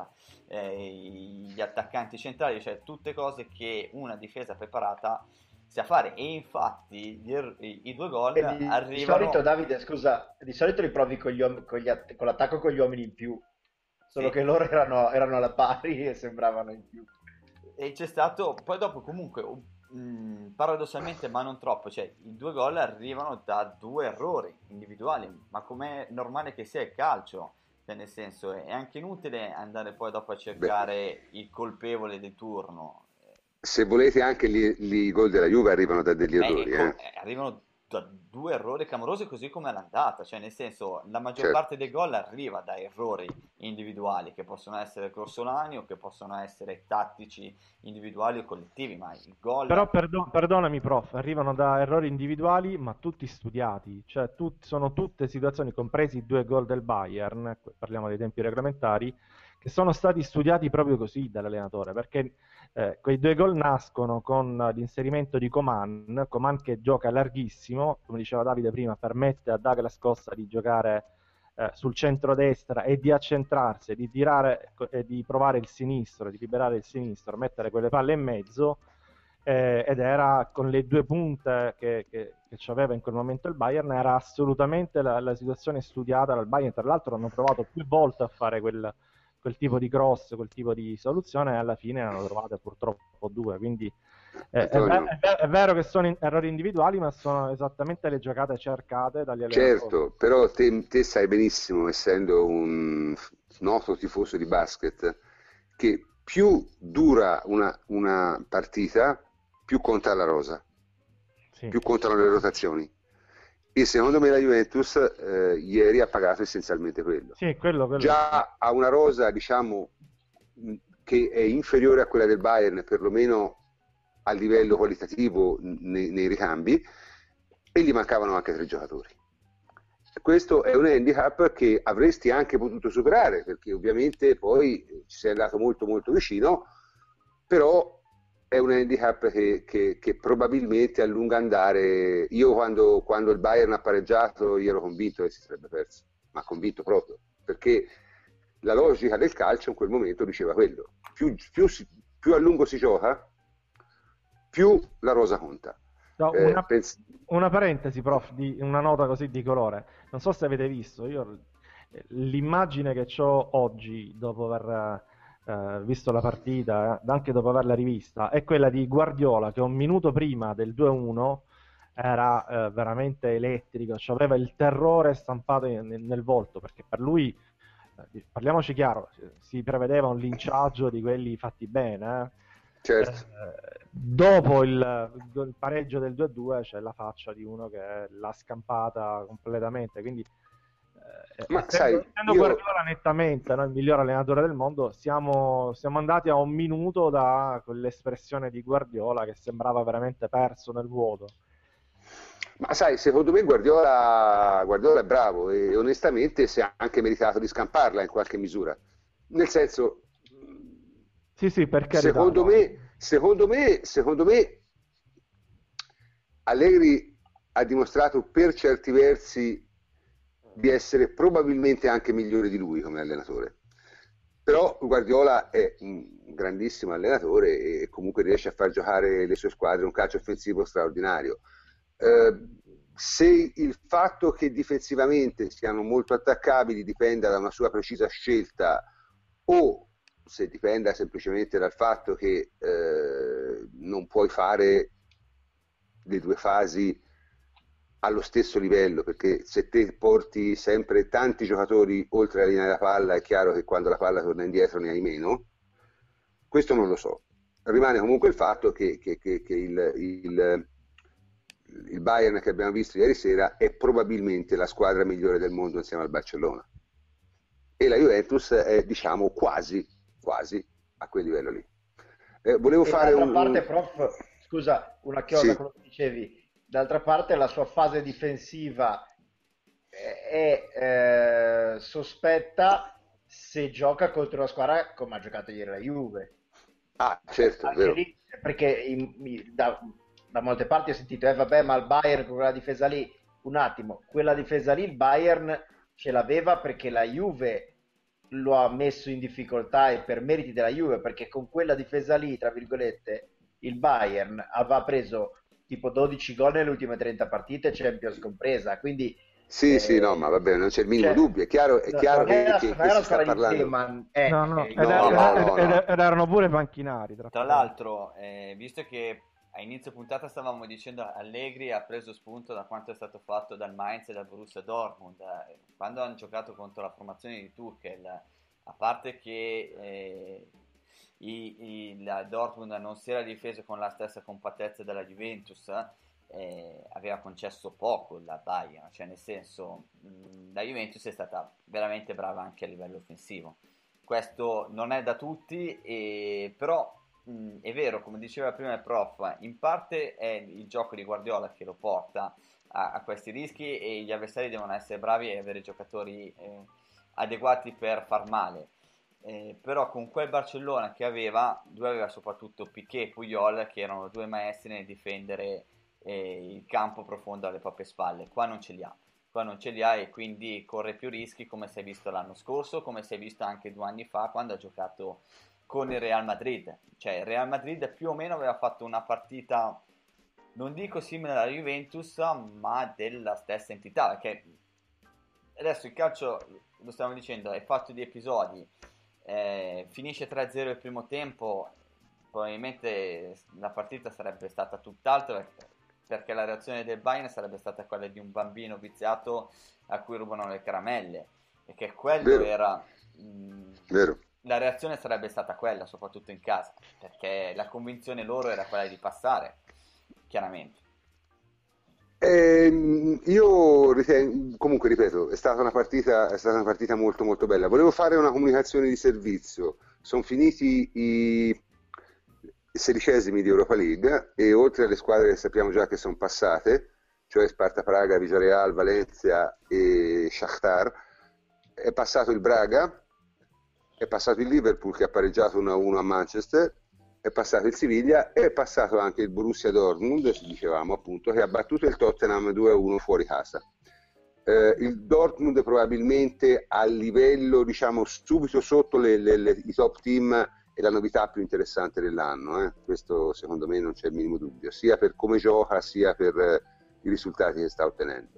gli attaccanti centrali, cioè tutte cose che una difesa preparata sa fare, e infatti i 2 gol arrivano. Di solito, Davide, scusa, di solito li provi con l'attacco con gli uomini in più. solo che loro erano alla pari e sembravano in più. E c'è stato, poi dopo comunque, paradossalmente ma non troppo, cioè i 2 gol arrivano da 2 errori individuali, ma com'è normale che sia il calcio, cioè nel senso è anche inutile andare poi dopo a cercare il colpevole di turno. Se volete anche i gol della Juve arrivano da degli errori. Arrivano da 2 errori clamorosi, così come all'andata, cioè nel senso la maggior Certo. parte dei gol arriva da errori individuali che possono essere grossolani o che possono essere tattici individuali o collettivi, ma il gol... Però perdonami, prof, arrivano da errori individuali, ma tutti studiati, cioè sono tutte situazioni, compresi i 2 gol del Bayern, parliamo dei tempi regolamentari, che sono stati studiati proprio così dall'allenatore, perché quei 2 gol nascono con l'inserimento di Coman che gioca larghissimo, come diceva Davide prima, permette a Douglas Costa di giocare sul centro-destra e di accentrarsi, di tirare e di provare il sinistro, di liberare il sinistro, mettere quelle palle in mezzo, ed era con le 2 punte che c'aveva in quel momento il Bayern, era assolutamente la situazione studiata dal Bayern. Tra l'altro hanno provato più volte a fare quel tipo di cross, quel tipo di soluzione, e alla fine ne hanno trovate purtroppo 2, quindi Antonio, è vero che sono errori individuali, ma sono esattamente le giocate cercate dagli allenatori. certo, però te sai benissimo, essendo un noto tifoso di basket, che più dura una partita, più conta la rosa, Sì. più contano le rotazioni. E secondo me la Juventus ieri ha pagato essenzialmente quello. Sì, quello. Già ha una rosa, diciamo, che è inferiore a quella del Bayern, perlomeno a livello qualitativo nei ricambi, e gli mancavano anche 3 giocatori. Questo è un handicap che avresti anche potuto superare, perché ovviamente poi ci sei andato molto molto vicino, però è un handicap che probabilmente a lungo andare... Io quando il Bayern ha pareggiato io ero convinto che si sarebbe perso, ma convinto proprio, perché la logica del calcio in quel momento diceva quello: più a lungo si gioca, più la rosa conta. No, una parentesi, prof, di una nota così di colore. Non so se avete visto, io l'immagine che ho oggi, dopo aver visto la partita, anche dopo averla rivista, è quella di Guardiola che 1 minuto prima del 2-1 era veramente elettrico, cioè aveva il terrore stampato nel volto, perché per lui, parliamoci chiaro, si prevedeva un linciaggio di quelli fatti bene, Certo. dopo il pareggio del 2-2 c'è la faccia di uno che l'ha scampata completamente, quindi Ma sai, essendo Guardiola nettamente, no, il miglior allenatore del mondo, siamo andati a 1 minuto da quell'espressione di Guardiola che sembrava veramente perso nel vuoto. Ma sai, secondo me Guardiola è bravo e onestamente si è anche meritato di scamparla in qualche misura. Nel senso, Sì, per carità, secondo no. secondo me Allegri ha dimostrato per certi versi di essere probabilmente anche migliore di lui come allenatore. Però Guardiola è un grandissimo allenatore e comunque riesce a far giocare le sue squadre un calcio offensivo straordinario. Se il fatto che difensivamente siano molto attaccabili dipenda da una sua precisa scelta, o se dipenda semplicemente dal fatto che non puoi fare le 2 fasi allo stesso livello, perché se te porti sempre tanti giocatori oltre la linea della palla, è chiaro che quando la palla torna indietro ne hai meno. Questo non lo so. Rimane comunque il fatto che il Bayern che abbiamo visto ieri sera è probabilmente la squadra migliore del mondo insieme al Barcellona, e la Juventus è, diciamo, quasi a quel livello lì. Volevo fare d'altra parte, prof, scusa, una chiosa, Sì. quello che dicevi, d'altra parte la sua fase difensiva è sospetta se gioca contro una squadra come ha giocato ieri la Juve. Ah, certo, è Anche vero. lì, perché da molte parti ho sentito, vabbè, ma il Bayern con quella difesa lì, un attimo, quella difesa lì il Bayern ce l'aveva perché la Juve lo ha messo in difficoltà e per meriti della Juve, perché con quella difesa lì, tra virgolette, il Bayern aveva preso tipo 12 gol nelle ultime 30 partite, Champions compresa, quindi Sì, sì, no, ma vabbè, non c'è il minimo Cioè, dubbio. È chiaro non è che non è la si sta storia di parlando. Zeman, No, no, No, no, no. ed erano pure panchinari. Tra l'altro, visto che a inizio puntata stavamo dicendo Allegri ha preso spunto da quanto è stato fatto dal Mainz e dal Borussia Dortmund, quando hanno giocato contro la formazione di Tuchel, a parte che la Dortmund non si era difeso con la stessa compattezza della Juventus, aveva concesso poco la Bayern, cioè nel senso la Juventus è stata veramente brava anche a livello offensivo. Questo non è da tutti, però è vero, come diceva prima il prof, in parte è il gioco di Guardiola che lo porta a questi rischi e gli avversari devono essere bravi e avere giocatori adeguati per far male. Però con quel Barcellona che aveva soprattutto Piqué e Puyol, che erano due maestri nel difendere il campo profondo alle proprie spalle. Qua non ce li ha e quindi corre più rischi, come si è visto l'anno scorso, come si è visto anche 2 anni fa quando ha giocato con il Real Madrid. Cioè il Real Madrid più o meno aveva fatto una partita, non dico simile alla Juventus, ma della stessa entità, perché adesso il calcio, lo stiamo dicendo, è fatto di episodi. Finisce 3-0 il primo tempo, probabilmente la partita sarebbe stata tutt'altro, perché la reazione del Bayern sarebbe stata quella di un bambino viziato a cui rubano le caramelle, e che quello Vero. era Vero. la reazione sarebbe stata quella, soprattutto in casa, perché la convinzione loro era quella di passare, chiaramente. Io ritengo, comunque ripeto, è stata una partita molto molto bella. Volevo fare una comunicazione di servizio. Sono finiti i 16esimi di Europa League e oltre alle squadre che sappiamo già che sono passate, cioè Sparta Praga, Villarreal, Valencia e Shakhtar, è passato il Braga, è passato il Liverpool che ha pareggiato 1-1 a Manchester, è passato il Siviglia e è passato anche il Borussia Dortmund, dicevamo appunto, che ha battuto il Tottenham 2-1 fuori casa. Il Dortmund probabilmente a livello, diciamo, subito sotto i top team è la novità più interessante dell'anno, questo secondo me non c'è il minimo dubbio, sia per come gioca sia per i risultati che sta ottenendo.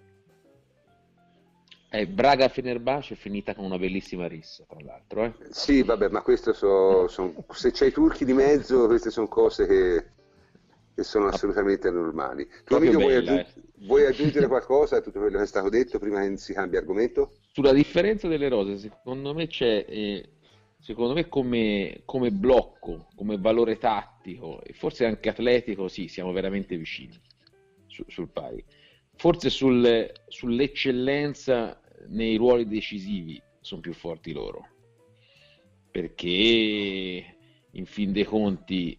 Braga-Fenerbahce è finita con una bellissima rissa, tra l'altro. Sì, vabbè, ma questo se c'hai i turchi di mezzo, queste sono cose che sono assolutamente normali. Tu, Emilio, vuoi aggiungere qualcosa a tutto quello che è stato detto prima che si cambia argomento? Sulla differenza delle rose, secondo me c'è, secondo me come blocco, come valore tattico e forse anche atletico, sì, siamo veramente vicini sul pari. Forse sull'eccellenza nei ruoli decisivi sono più forti loro, perché in fin dei conti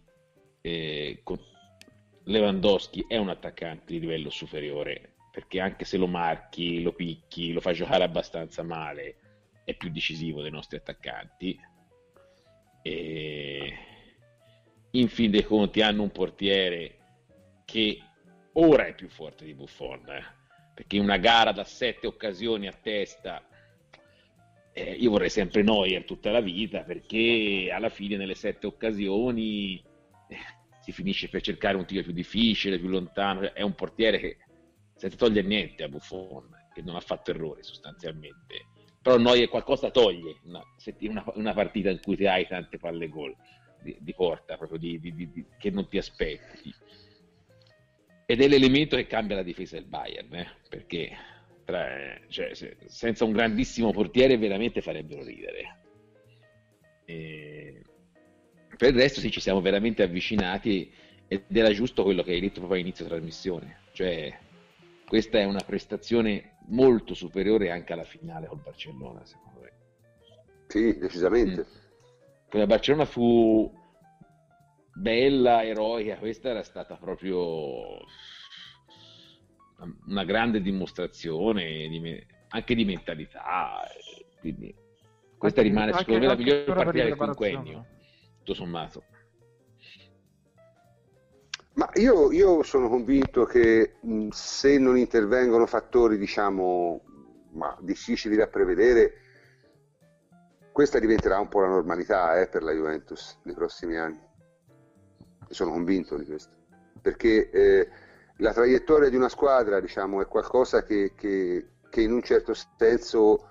Lewandowski è un attaccante di livello superiore, perché anche se lo marchi, lo picchi, lo fai giocare abbastanza male, è più decisivo dei nostri attaccanti. E in fin dei conti hanno un portiere che ora è più forte di Buffon, perché in una gara da 7 occasioni a testa io vorrei sempre Neuer tutta la vita, perché alla fine nelle 7 occasioni si finisce per cercare un tiro più difficile, più lontano. È un portiere che senza togliere niente a Buffon, che non ha fatto errori sostanzialmente, però Neuer qualcosa toglie una partita in cui ti hai tante palle gol di porta, proprio che non ti aspetti. Ed è l'elemento che cambia la difesa del Bayern, perché senza un grandissimo portiere veramente farebbero ridere. Per il resto sì, ci siamo veramente avvicinati ed era giusto quello che hai detto proprio all'inizio trasmissione, cioè questa è una prestazione molto superiore anche alla finale col Barcellona, secondo me. Sì, decisamente. Quella Barcellona fu bella, eroica, questa era stata proprio una grande dimostrazione anche di mentalità, quindi questa rimane secondo me la migliore partita del quinquennio, tutto sommato. Ma io sono convinto che se non intervengono fattori, diciamo, difficili da prevedere, questa diventerà un po' la normalità per la Juventus nei prossimi anni. Sono convinto di questo, perché la traiettoria di una squadra, diciamo, è qualcosa che che in un certo senso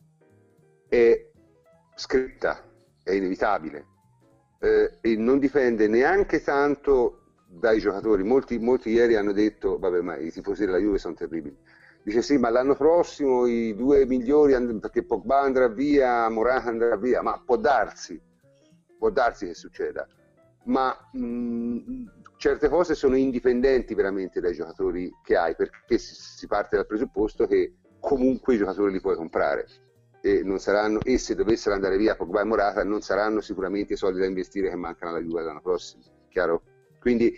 è scritta, è inevitabile, e non dipende neanche tanto dai giocatori. Molti ieri hanno detto, vabbè, ma i tifosi della Juve sono terribili. Dice sì, ma l'anno prossimo i due migliori, perché Pogba andrà via, Morata andrà via, ma può darsi che succeda, ma certe cose sono indipendenti veramente dai giocatori che hai, perché si parte dal presupposto che comunque i giocatori li puoi comprare e non saranno, e se dovessero andare via Pogba e Morata non saranno sicuramente i soldi da investire che mancano alla Juve l'anno prossimo, chiaro? Quindi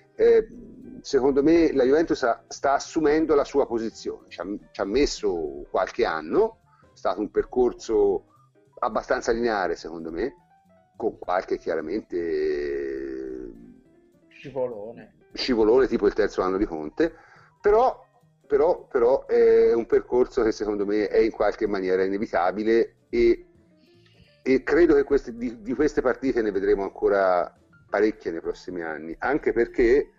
secondo me la Juventus sta assumendo la sua posizione, ci ha messo qualche anno, è stato un percorso abbastanza lineare secondo me, con qualche chiaramente scivolone tipo il terzo anno di Conte, però è un percorso che secondo me è in qualche maniera inevitabile, e credo che di queste partite ne vedremo ancora parecchie nei prossimi anni, anche perché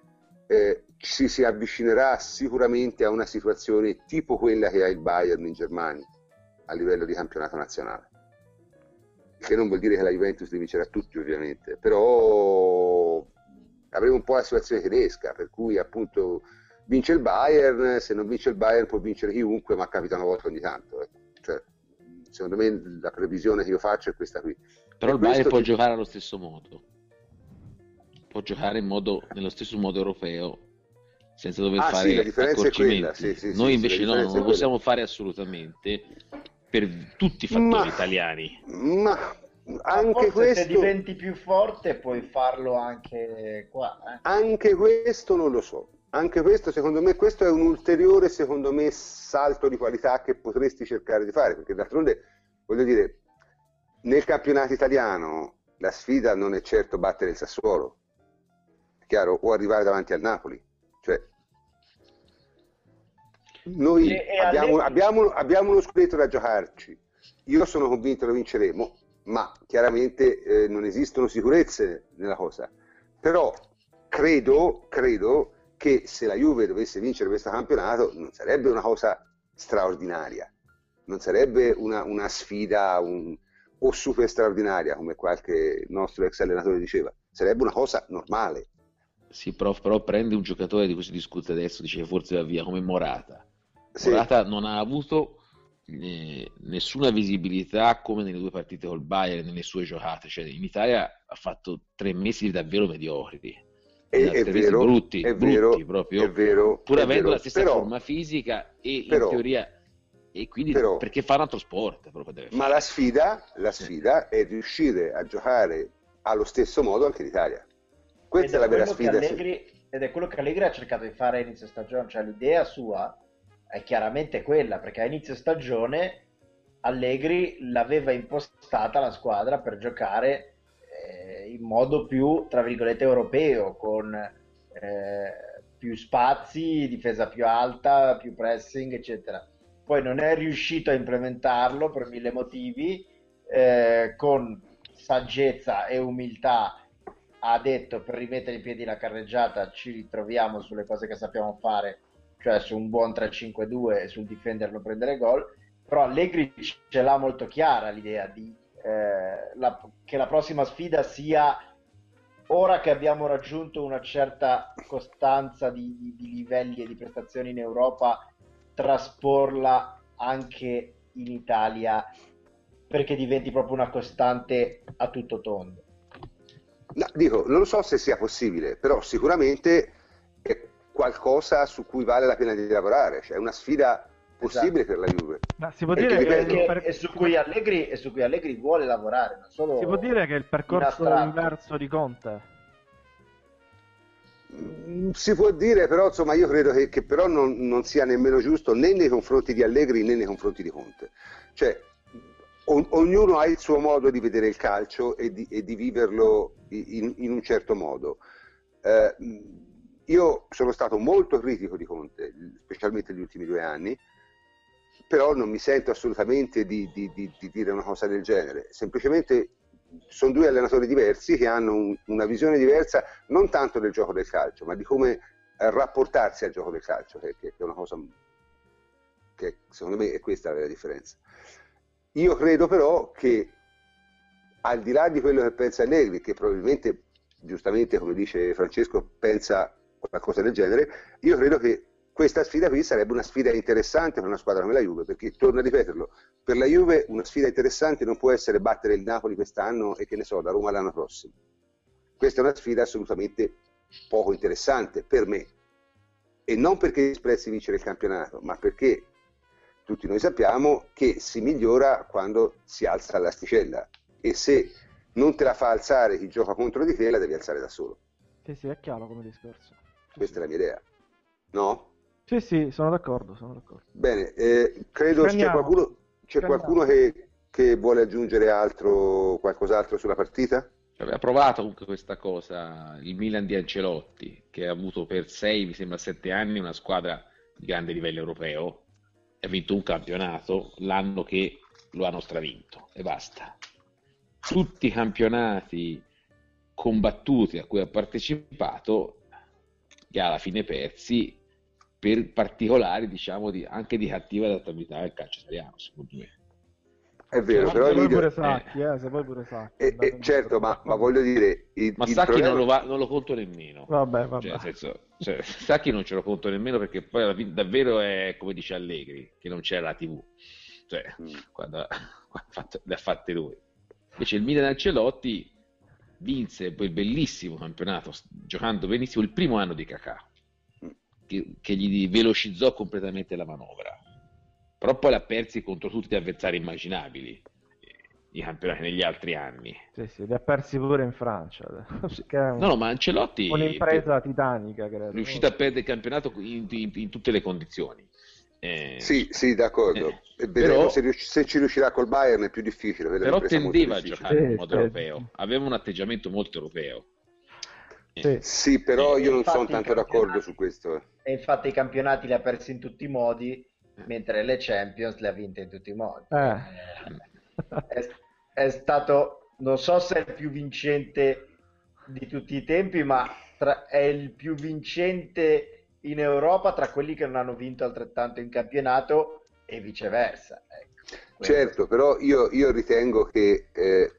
ci si avvicinerà sicuramente a una situazione tipo quella che ha il Bayern in Germania a livello di campionato nazionale, che non vuol dire che la Juventus deve vincere a tutti ovviamente, però avremo un po' la situazione tedesca, per cui appunto vince il Bayern, se non vince il Bayern può vincere chiunque, ma capita una volta ogni tanto, cioè, secondo me la previsione che io faccio è questa qui. Però il Bayern può giocare allo stesso modo, può giocare nello stesso modo europeo senza dover fare sì, la differenza accorgimenti. È quella. Noi invece no, non lo possiamo fare assolutamente per tutti i fattori italiani. Ma anche questo, se diventi più forte puoi farlo anche qua. Anche questo non lo so. Anche questo, secondo me, questo è un ulteriore, secondo me, salto di qualità che potresti cercare di fare, perché d'altronde, voglio dire, nel campionato italiano la sfida non è certo battere il Sassuolo, chiaro, o arrivare davanti al Napoli, cioè noi abbiamo uno scudetto da giocarci, io sono convinto che lo vinceremo, ma chiaramente non esistono sicurezze nella cosa, però credo che se la Juve dovesse vincere questo campionato non sarebbe una cosa straordinaria, non sarebbe una sfida o super straordinaria come qualche nostro ex allenatore diceva, sarebbe una cosa normale. Sì, però prendi un giocatore di cui si discute adesso, dice che forse va via, come Morata. Sì. Morata non ha avuto nessuna visibilità come nelle due partite col Bayern, nelle sue giocate, cioè in Italia ha fatto 3 mesi davvero mediocri. È vero, brutti proprio, è vero, pur è avendo vero, la stessa forma fisica e in teoria, e quindi perché fa un altro sport proprio deve fare. Ma la sfida è riuscire a giocare allo stesso modo anche in Italia. Questa è la vera sfida. Ed è quello che Allegri ha cercato di fare a inizio stagione, cioè l'idea sua è chiaramente quella, perché a inizio stagione Allegri l'aveva impostata la squadra per giocare in modo più, tra virgolette, europeo, con più spazi, difesa più alta, più pressing, eccetera. Poi non è riuscito a implementarlo per 1000 motivi, con saggezza e umiltà ha detto: per rimettere in piedi la carreggiata ci ritroviamo sulle cose che sappiamo fare, cioè su un buon 3-5-2 e sul difenderlo, prendere gol. Però Allegri ce l'ha molto chiara l'idea di che la prossima sfida sia, ora che abbiamo raggiunto una certa costanza di livelli e di prestazioni in Europa, trasporla anche in Italia, perché diventi proprio una costante a tutto tondo. No, dico, non lo so se sia possibile, però sicuramente è qualcosa su cui vale la pena di lavorare, cioè è una sfida possibile per la Juve. Ma si può dire e su cui Allegri vuole lavorare, non solo. Si può dire che è il percorso inverso di Conte. Si può dire, però insomma io credo che però non sia nemmeno giusto né nei confronti di Allegri né nei confronti di Conte. Cioè ognuno ha il suo modo di vedere il calcio e di viverlo in un certo modo. Io sono stato molto critico di Conte, specialmente negli ultimi 2 anni, però non mi sento assolutamente di dire una cosa del genere. Semplicemente sono 2 allenatori diversi che hanno una visione diversa, non tanto del gioco del calcio, ma di come rapportarsi al gioco del calcio, che è una cosa che secondo me è questa la vera differenza. Io credo però che, al di là di quello che pensa Allegri, che probabilmente, giustamente, come dice Francesco, pensa qualcosa del genere, io credo che questa sfida qui sarebbe una sfida interessante per una squadra come la Juve, perché, torno a ripeterlo, per la Juve una sfida interessante non può essere battere il Napoli quest'anno e, che ne so, la Roma l'anno prossimo. Questa è una sfida assolutamente poco interessante per me, e non perché disprezzi vincere il campionato, ma perché tutti noi sappiamo che si migliora quando si alza l'asticella, e se non te la fa alzare chi gioca contro di te, la devi alzare da solo. Sì, è chiaro come discorso. Questa è la mia idea, no? Sì, sono d'accordo. Bene, credo c'è qualcuno che vuole aggiungere qualcos'altro sulla partita? Aveva provato comunque questa cosa il Milan di Ancelotti, che ha avuto per 6, mi sembra 7 anni, una squadra di grande livello europeo, e ha vinto un campionato l'anno che lo hanno stravinto, e basta. Tutti i campionati combattuti a cui ha partecipato li ha alla fine persi, per particolari, diciamo, anche di cattiva adattabilità al calcio italiano, secondo me. È vero, però se poi pure Sacchi, certo, ma voglio dire, ma Sacchi problema... non lo conto nemmeno. Vabbè. Cioè, nel senso, Sacchi non ce lo conto nemmeno, perché poi davvero è come dice Allegri, che non c'era la TV, cioè quando le ha fatte lui. Invece il Milan Ancelotti vinse quel bellissimo campionato giocando benissimo il primo anno di Kakà, che gli velocizzò completamente la manovra, però poi l'ha persi contro tutti gli avversari immaginabili, i campionati negli altri anni. Sì, li ha persi pure in Francia. No, ma Ancelotti un'impresa titanica, credo. È riuscito a perdere il campionato in tutte le condizioni. Sì, d'accordo. Vedremo se ci riuscirà col Bayern, è più difficile. Però tendeva a giocare in modo europeo, aveva un atteggiamento molto europeo. Sì, però io non sono tanto d'accordo su questo. E infatti i campionati li ha persi in tutti i modi, mentre le Champions le ha vinte in tutti i modi. È stato, non so se è il più vincente di tutti i tempi, ma è il più vincente in Europa tra quelli che non hanno vinto altrettanto in campionato, e viceversa. Ecco. Certo, però io ritengo che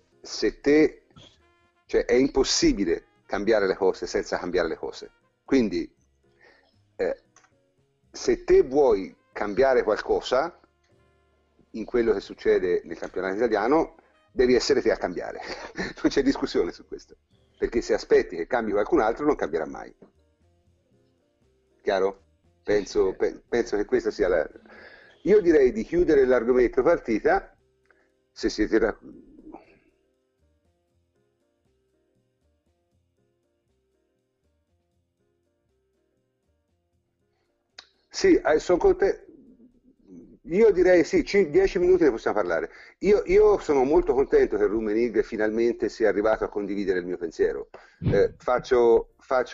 cioè è impossibile cambiare le cose senza cambiare le cose. Quindi se te vuoi cambiare qualcosa in quello che succede nel campionato italiano, devi essere te a cambiare. Non c'è discussione su questo, perché se aspetti che cambi qualcun altro non cambierà mai. Chiaro? Penso che questa sia la... Io direi di chiudere l'argomento partita, se siete... Sì, sono con te. Io direi sì, 10 minuti ne possiamo parlare. Io sono molto contento che Rummenigge finalmente sia arrivato a condividere il mio pensiero. Faccio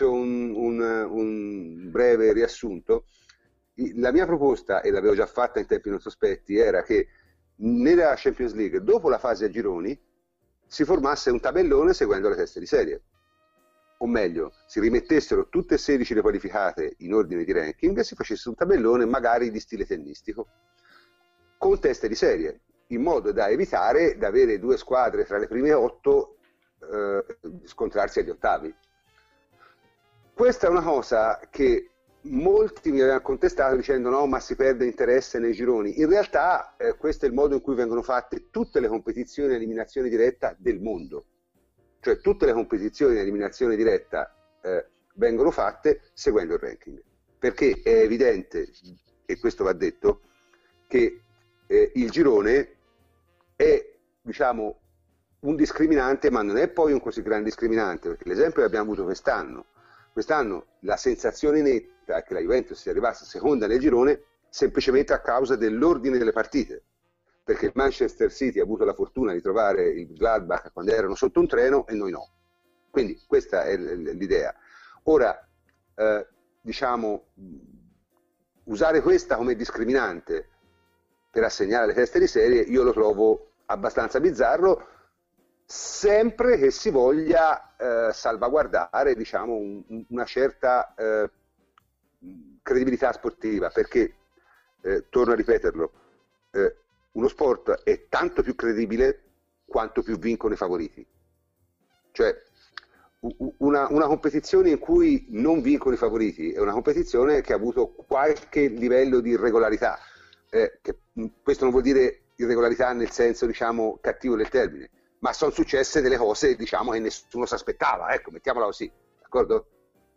un breve riassunto. La mia proposta, e l'avevo già fatta in tempi non sospetti, era che nella Champions League, dopo la fase a gironi, si formasse un tabellone seguendo le teste di serie. O meglio, si rimettessero tutte e 16 le qualificate in ordine di ranking e si facesse un tabellone magari di stile tennistico, con teste di serie, in modo da evitare di avere due squadre tra le prime 8 scontrarsi agli ottavi. Questa è una cosa che molti mi avevano contestato dicendo no, ma si perde interesse nei gironi. In realtà questo è il modo in cui vengono fatte tutte le competizioni a eliminazione diretta del mondo. Cioè tutte le competizioni a eliminazione diretta vengono fatte seguendo il ranking, perché è evidente, e questo va detto, che il girone è, diciamo, un discriminante, ma non è poi un così grande discriminante, perché l'esempio che abbiamo avuto quest'anno. Quest'anno la sensazione netta è che la Juventus sia arrivata seconda nel girone semplicemente a causa dell'ordine delle partite, perché il Manchester City ha avuto la fortuna di trovare il Gladbach quando erano sotto un treno e noi no. Quindi questa è l'idea. Ora, diciamo, usare questa come discriminante per assegnare le teste di serie io lo trovo abbastanza bizzarro, sempre che si voglia salvaguardare, diciamo, una certa credibilità sportiva, perché torno a ripeterlo, uno sport è tanto più credibile quanto più vincono i favoriti. Cioè, una competizione in cui non vincono i favoriti è una competizione che ha avuto qualche livello di irregolarità. Questo non vuol dire irregolarità nel senso, diciamo, cattivo del termine, ma sono successe delle cose, diciamo, che nessuno si aspettava, ecco, mettiamola così, d'accordo?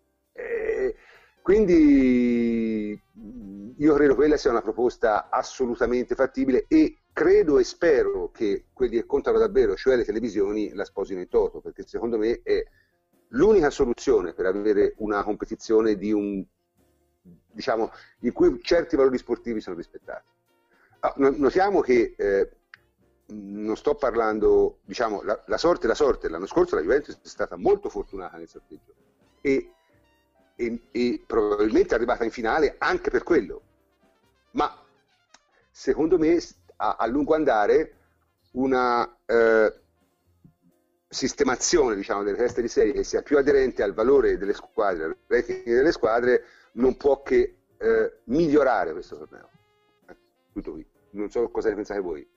Quindi io credo quella sia una proposta assolutamente fattibile e credo e spero che quelli che contano davvero, cioè le televisioni, la sposino in toto, perché secondo me è l'unica soluzione per avere una competizione diciamo, in cui certi valori sportivi sono rispettati. Notiamo che non sto parlando, diciamo, la sorte, l'anno scorso la Juventus è stata molto fortunata nel sorteggio e probabilmente è arrivata in finale anche per quello, ma secondo me a lungo andare una sistemazione, diciamo, delle teste di serie che sia più aderente al valore delle squadre, al rating delle squadre, non può che migliorare questo torneo. Tutto qui. Non so cosa ne pensate voi.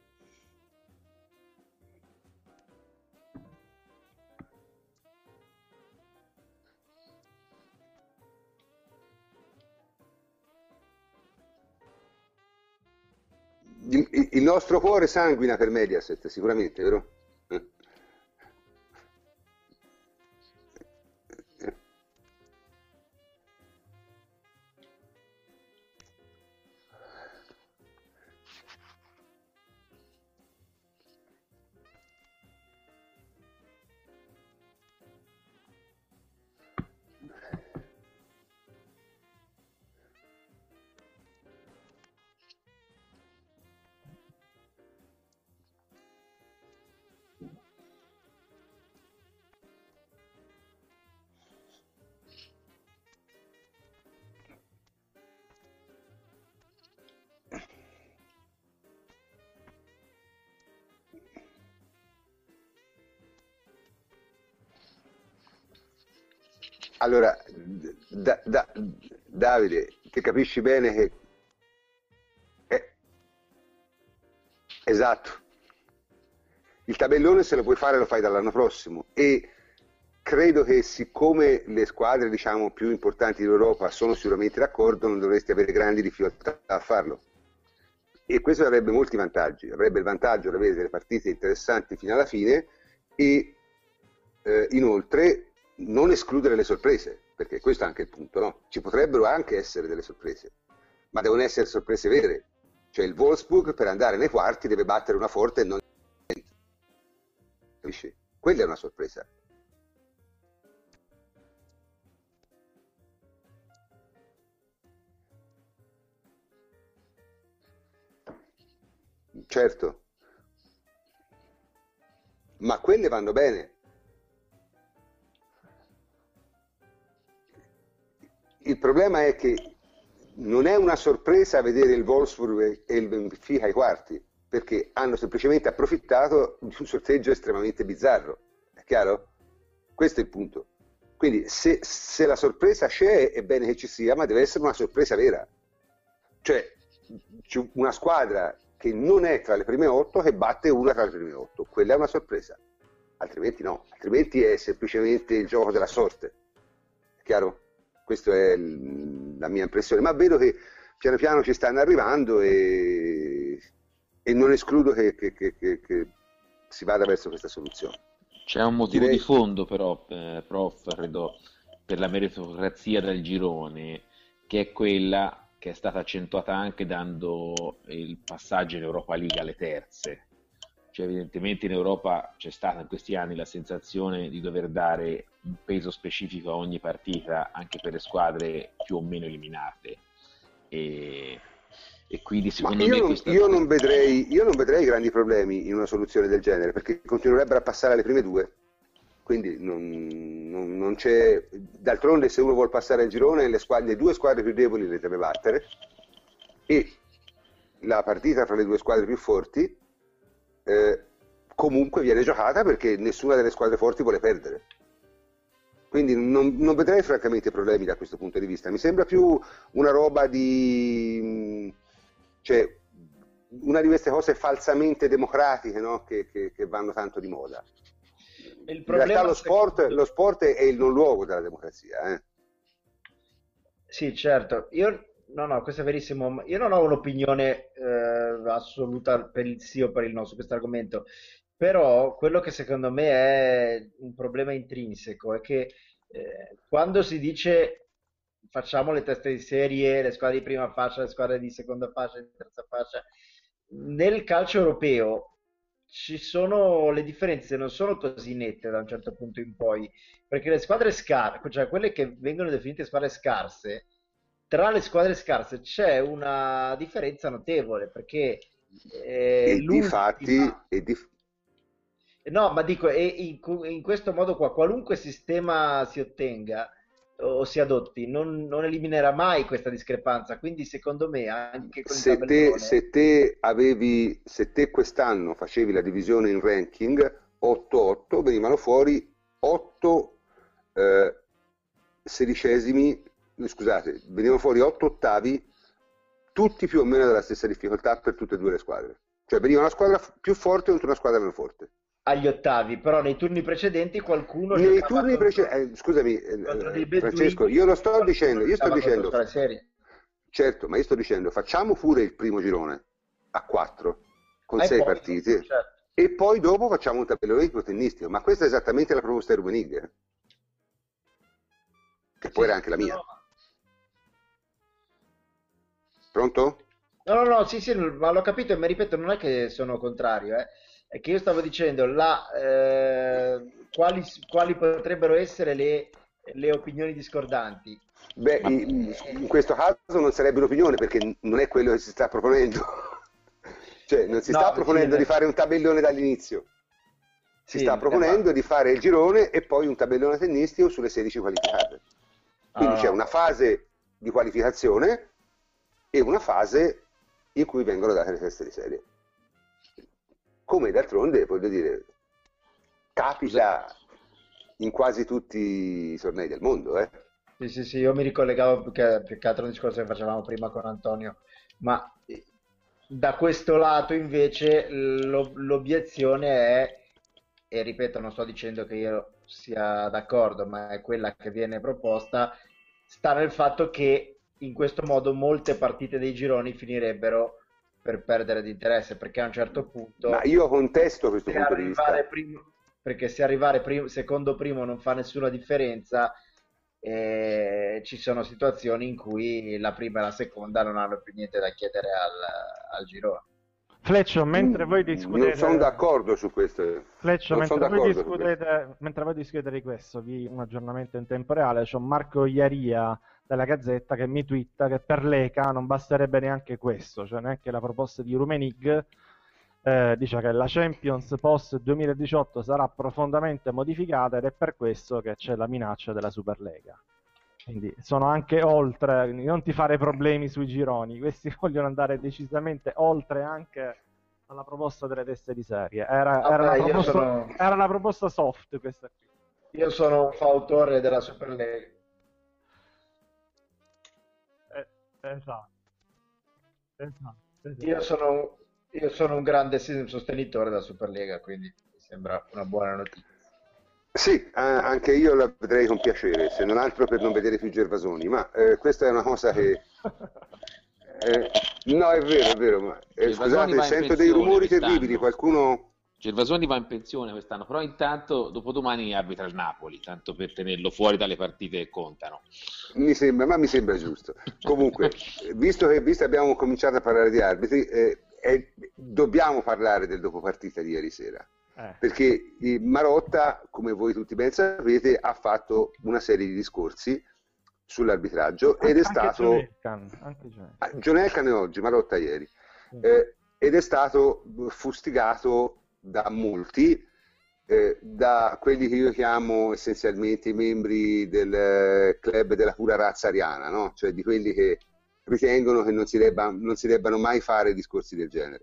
Il nostro cuore sanguina per Mediaset, sicuramente, vero? Allora, Davide, che capisci bene che... esatto. Il tabellone se lo puoi fare lo fai dall'anno prossimo e credo che siccome le squadre, diciamo, più importanti d'Europa sono sicuramente d'accordo, non dovresti avere grandi difficoltà a farlo. E questo avrebbe molti vantaggi. Avrebbe il vantaggio di avere delle partite interessanti fino alla fine e inoltre non escludere le sorprese, perché questo è anche il punto, no? Ci potrebbero anche essere delle sorprese, ma devono essere sorprese vere. Cioè il Wolfsburg per andare nei quarti deve battere una forte e non... Capisci? Quella è una sorpresa. Certo, ma quelle vanno bene. Il problema è che non è una sorpresa vedere il Wolfsburg e il Benfica ai quarti, perché hanno semplicemente approfittato di un sorteggio estremamente bizzarro. È chiaro? Questo è il punto. Quindi se la sorpresa c'è, è bene che ci sia, ma deve essere una sorpresa vera. Cioè, una squadra che non è tra le prime 8 che batte una tra le prime 8. Quella è una sorpresa. Altrimenti no. Altrimenti è semplicemente il gioco della sorte. È chiaro? Questa è la mia impressione, ma vedo che piano piano ci stanno arrivando e non escludo che si vada verso questa soluzione. C'è un motivo di fondo però, prof, credo, per la meritocrazia del girone, che è quella che è stata accentuata anche dando il passaggio in Europa League alle terze. Cioè, evidentemente in Europa c'è stata in questi anni la sensazione di dover dare un peso specifico a ogni partita, anche per le squadre più o meno eliminate. E quindi secondo me io non vedrei grandi problemi in una soluzione del genere, perché continuerebbero a passare alle prime due. Quindi non c'è... D'altronde, se uno vuole passare il girone, le due squadre più deboli le deve battere e la partita fra le due squadre più forti comunque viene giocata, perché nessuna delle squadre forti vuole perdere. Quindi non vedrei francamente problemi da questo punto di vista. Mi sembra più una roba di cioè una di queste cose falsamente democratiche, no? che vanno tanto di moda. Il In problema, realtà lo sport è il non luogo della democrazia. sì, certo, no, questo è verissimo. Io non ho un'opinione assoluta per il sì o per il no su questo argomento, però quello che secondo me è un problema intrinseco è che quando si dice facciamo le teste di serie, le squadre di prima fascia, le squadre di seconda fascia, di terza fascia, nel calcio europeo ci sono le differenze non sono così nette da un certo punto in poi, perché le squadre scarse, cioè quelle che vengono definite squadre scarse, tra le squadre scarse c'è una differenza notevole, perché E di fatti, l'ultima. No, ma dico, e in questo modo qua, qualunque sistema si ottenga o si adotti, non eliminerà mai questa discrepanza. Quindi, secondo me, anche con il tabellone, se te quest'anno facevi la divisione in ranking 8-8, venivano fuori 8 sedicesimi, scusate, venivano fuori 8 ottavi, tutti più o meno della stessa difficoltà per tutte e due le squadre. Cioè veniva una squadra più forte contro una squadra meno forte. agli ottavi, però nei turni precedenti qualcuno Nei giocava turni precedenti, scusami contro dei Francesco, beduini, io lo sto qualcuno dicendo, giocava contro squadre serie. certo, ma io sto dicendo, facciamo pure il primo girone a 4 con E 6 poi, partite certo. e poi dopo facciamo un tabellone ipotennistico, ma questa è esattamente la proposta Europa League, che poi Sì, era anche la mia. no, Pronto? no, sì, sì, ma l'ho capito e mi ripeto, non è che sono contrario, è che io stavo dicendo quali potrebbero essere le opinioni discordanti. Beh, in questo caso non sarebbe un'opinione perché non è quello che si sta proponendo. Cioè, non si No, sta sì, proponendo di fare un tabellone dall'inizio. Si sì, sta proponendo di fare il girone e poi un tabellone tennistico sulle 16 qualificate. Quindi c'è no. una fase di qualificazione e una fase in cui vengono date le teste di serie. Come d'altronde, voglio dire, capita in quasi tutti i tornei del mondo, Sì, io mi ricollegavo più che altro a un discorso che facevamo prima con Antonio, ma da questo lato invece l'obiezione è, e ripeto, non sto dicendo che io sia d'accordo, ma è quella che viene proposta, sta nel fatto che in questo modo molte partite dei gironi finirebbero per perdere di interesse, perché a un certo Ma punto io contesto questo se punto di arrivare vista. primo, perché se arrivare secondo primo non fa nessuna differenza, ci sono situazioni in cui la prima e la seconda non hanno più niente da chiedere al girone. Fleccio, mentre voi Non sono discutete, d'accordo su questo. Fleccio, Non sono mentre voi d'accordo su questo. mentre voi discutete di questo, vi un aggiornamento in tempo reale. C'ho Marco Iaria della Gazzetta che mi twitta che per l'ECA non basterebbe neanche questo, cioè neanche la proposta di Rumenig. Dice che la Champions post 2018 sarà profondamente modificata ed è per questo che c'è la minaccia della Superlega. Quindi sono anche oltre, non ti fare problemi sui gironi, questi vogliono andare decisamente oltre anche alla proposta delle teste di serie. Vabbè, Era una proposta soft questa qui. io sono un fautore della Superlega. Esatto, esatto. Io sono un grande sostenitore della Superlega, quindi mi sembra una buona notizia. Sì, anche io la vedrei con piacere, se non altro per non vedere più Gervasoni, ma questa è una cosa che... no, è vero, ma Gervasoni scusate, va in sento dei pensione rumori quest'anno. terribili, qualcuno... Gervasoni va in pensione quest'anno, però intanto dopodomani arbitra il Napoli, tanto per tenerlo fuori dalle partite che contano. Mi sembra giusto. Comunque, visto che abbiamo cominciato a parlare di arbitri, dobbiamo parlare del dopo partita di ieri sera. Perché Marotta, come voi tutti ben sapete, ha fatto una serie di discorsi sull'arbitraggio ed è stato... John Elkann oggi, Marotta ieri. Ed è stato fustigato da molti, da quelli che io chiamo essenzialmente i membri del club della pura razza ariana, no? Cioè di quelli che ritengono che non si debbano mai fare discorsi del genere.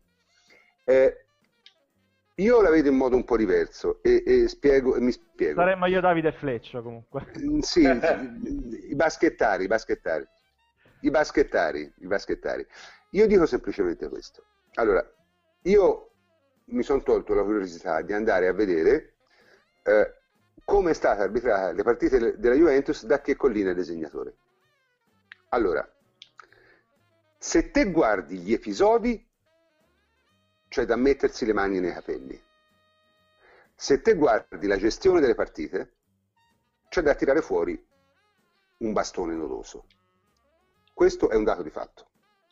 Io la vedo in modo un po' diverso e mi spiego. Saremmo io, Davide e Fleccio comunque. Sì, i baschettari. Io dico semplicemente questo. Allora, io mi sono tolto la curiosità di andare a vedere come è stata arbitrata le partite della Juventus da che Collina è disegnatore. Allora, se te guardi gli episodi, c'è da mettersi le mani nei capelli. Se te guardi la gestione delle partite, c'è da tirare fuori un bastone nodoso. Questo è un dato di fatto.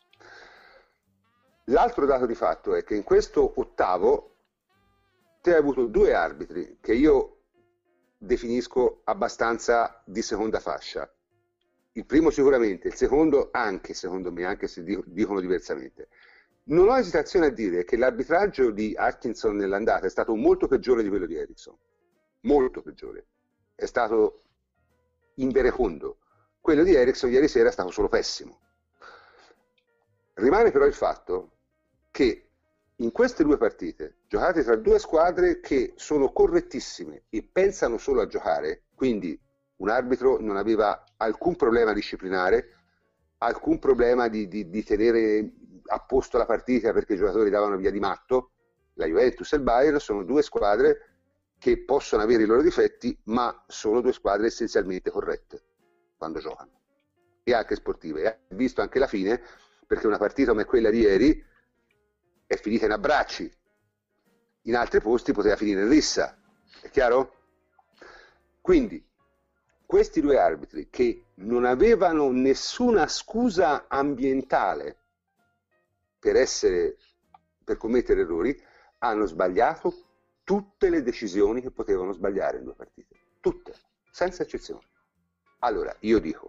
L'altro dato di fatto è che in questo ottavo te hai avuto due arbitri che io definisco abbastanza di seconda fascia. Il primo sicuramente, il secondo anche, secondo me, anche se dicono diversamente. Non ho esitazione a dire che l'arbitraggio di Atkinson nell'andata è stato molto peggiore di quello di Eriksson. Molto peggiore. È stato inverecondo. Quello di Eriksson ieri sera è stato solo pessimo. Rimane però il fatto che in queste due partite, giocate tra due squadre che sono correttissime e pensano solo a giocare, quindi un arbitro non aveva alcun problema disciplinare, alcun problema di tenere a posto la partita perché i giocatori davano via di matto. La Juventus e il Bayern sono due squadre che possono avere i loro difetti, ma sono due squadre essenzialmente corrette quando giocano e anche sportive. E hai visto anche la fine, perché una partita come quella di ieri è finita in abbracci, in altri posti poteva finire in rissa, è chiaro? Quindi questi due arbitri che non avevano nessuna scusa ambientale per commettere errori, hanno sbagliato tutte le decisioni che potevano sbagliare in due partite, tutte, senza eccezione. Allora, io dico,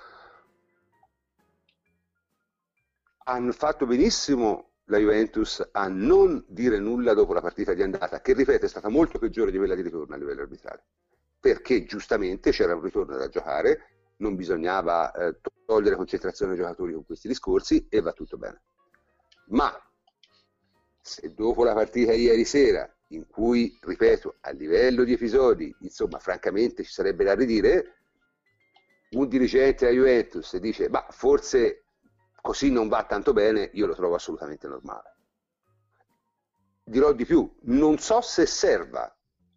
hanno fatto benissimo la Juventus a non dire nulla dopo la partita di andata, che ripeto è stata molto peggiore di quella di ritorno a livello arbitrale, perché giustamente c'era un ritorno da giocare, non bisognava togliere concentrazione ai giocatori con questi discorsi e va tutto bene. Ma se dopo la partita di ieri sera, in cui, ripeto, a livello di episodi, insomma, francamente ci sarebbe da ridire, un dirigente della Juventus dice, ma forse così non va tanto bene, io lo trovo assolutamente normale. Dirò di più, non so se serva,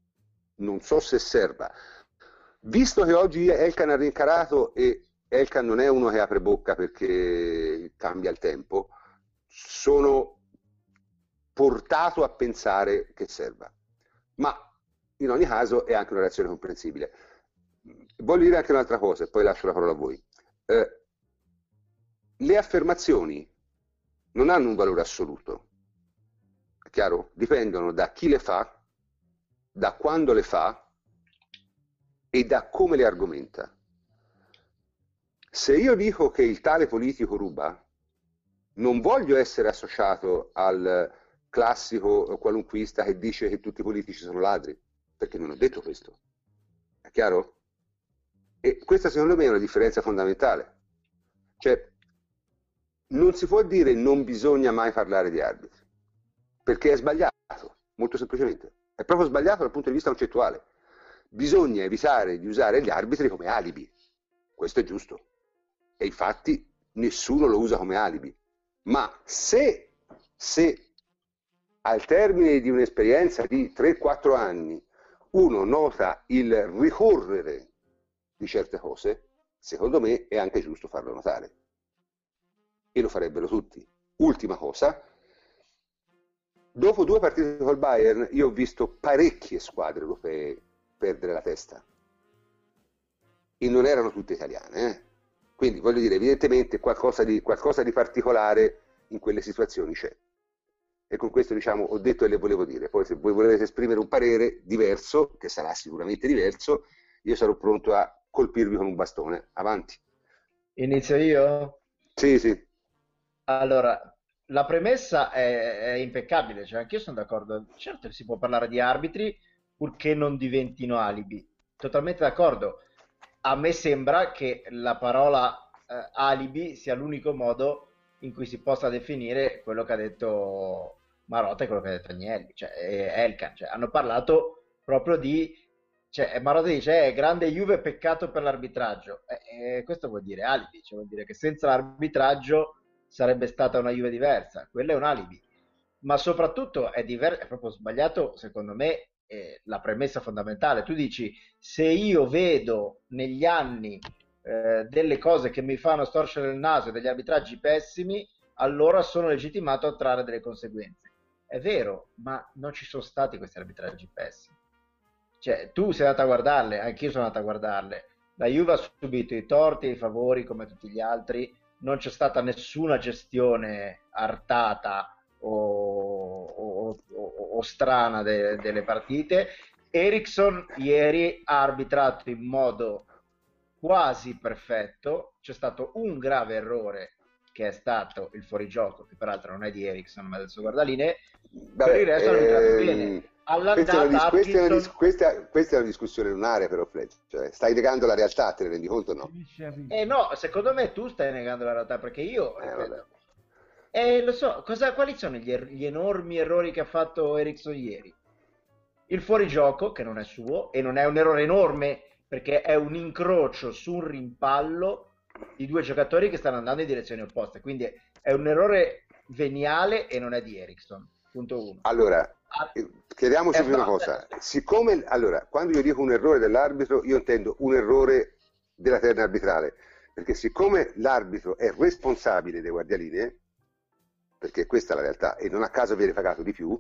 visto che oggi Elkan ha rincarato e Elkan non è uno che apre bocca perché cambia il tempo, sono portato a pensare che serva, ma in ogni caso è anche una reazione comprensibile. Voglio dire anche un'altra cosa e poi lascio la parola a voi. Le affermazioni non hanno un valore assoluto, è chiaro? Dipendono da chi le fa, da quando le fa e da come le argomenta. Se io dico che il tale politico ruba, non voglio essere associato al classico qualunquista che dice che tutti i politici sono ladri, perché non ho detto questo, è chiaro? E questa secondo me è una differenza fondamentale. Cioè, non si può dire non bisogna mai parlare di arbitri, perché è sbagliato, molto semplicemente. È proprio sbagliato dal punto di vista concettuale. Bisogna evitare di usare gli arbitri come alibi, questo è giusto. E infatti nessuno lo usa come alibi. Ma se al termine di un'esperienza di 3-4 anni uno nota il ricorrere di certe cose, secondo me è anche giusto farlo notare. E lo farebbero tutti. Ultima cosa, dopo 2 partite col Bayern io ho visto parecchie squadre europee perdere la testa e non erano tutte italiane, quindi voglio dire, evidentemente qualcosa di particolare in quelle situazioni c'è. E con questo, diciamo, ho detto e le volevo dire. Poi se voi volete esprimere un parere diverso, che sarà sicuramente diverso, io sarò pronto a colpirvi con un bastone. Avanti. Inizio io? Sì. Allora, la premessa è impeccabile, cioè anch'io sono d'accordo. Certo che si può parlare di arbitri purché non diventino alibi. Totalmente d'accordo. A me sembra che la parola alibi sia l'unico modo in cui si possa definire quello che ha detto Marotta e quello che ha detto Agnelli, cioè Elkan. Cioè, hanno parlato proprio di... Cioè, Marotta dice, grande Juve, peccato per l'arbitraggio. Questo vuol dire alibi, cioè vuol dire che senza l'arbitraggio sarebbe stata una Juve diversa. Quello è un alibi. Ma soprattutto è proprio sbagliato, secondo me, la premessa fondamentale. Tu dici, se io vedo negli anni delle cose che mi fanno storcere il naso e degli arbitraggi pessimi, allora sono legittimato a trarre delle conseguenze. È vero, ma non ci sono stati questi arbitraggi pessimi. Cioè, tu sei andato a guardarle, anch'io sono andato a guardarle. La Juve ha subito i torti e i favori come tutti gli altri, non c'è stata nessuna gestione artata o strana delle partite. Eriksson ieri ha arbitrato in modo quasi perfetto, c'è stato un grave errore che è stato il fuorigioco, che peraltro non è di Eriksson ma del suo guardalinee. Per il resto hanno arbitrato bene. All'andata questa è una discussione lunare però, Fletch. Cioè, stai negando la realtà, te ne rendi conto o no? No, secondo me tu stai negando la realtà, perché io lo so, quali sono gli enormi errori che ha fatto Eriksson ieri? Il fuorigioco, che non è suo, e non è un errore enorme, perché è un incrocio su un rimpallo di due giocatori che stanno andando in direzioni opposte, quindi è un errore veniale e non è di Eriksson. Punto 1. Allora, chiariamoci una cosa. Siccome, allora, quando io dico un errore dell'arbitro, io intendo un errore della terna arbitrale, perché siccome l'arbitro è responsabile dei guardialinee, perché questa è la realtà, e non a caso viene pagato di più,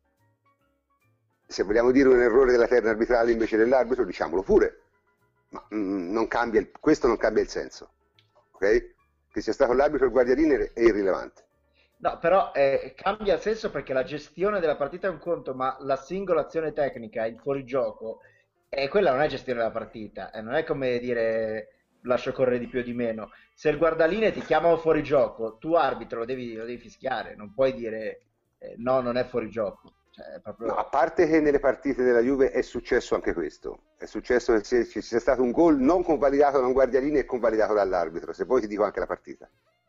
se vogliamo dire un errore della terna arbitrale invece dell'arbitro, diciamolo pure, ma questo non cambia il senso, ok? Che sia stato l'arbitro o il guardialinee è irrilevante. No, però cambia il senso, perché la gestione della partita è un conto, ma la singola azione tecnica, il fuorigioco, quella non è gestione della partita, non è come dire lascio correre di più o di meno. Se il guardalinee ti chiama fuorigioco, tu arbitro lo devi fischiare, non puoi dire no, non è fuorigioco. Cioè, proprio... No, a parte che nelle partite della Juve è successo anche questo, è successo che ci sia stato un gol non convalidato da un guardialinee e convalidato dall'arbitro, se poi ti dico anche la partita.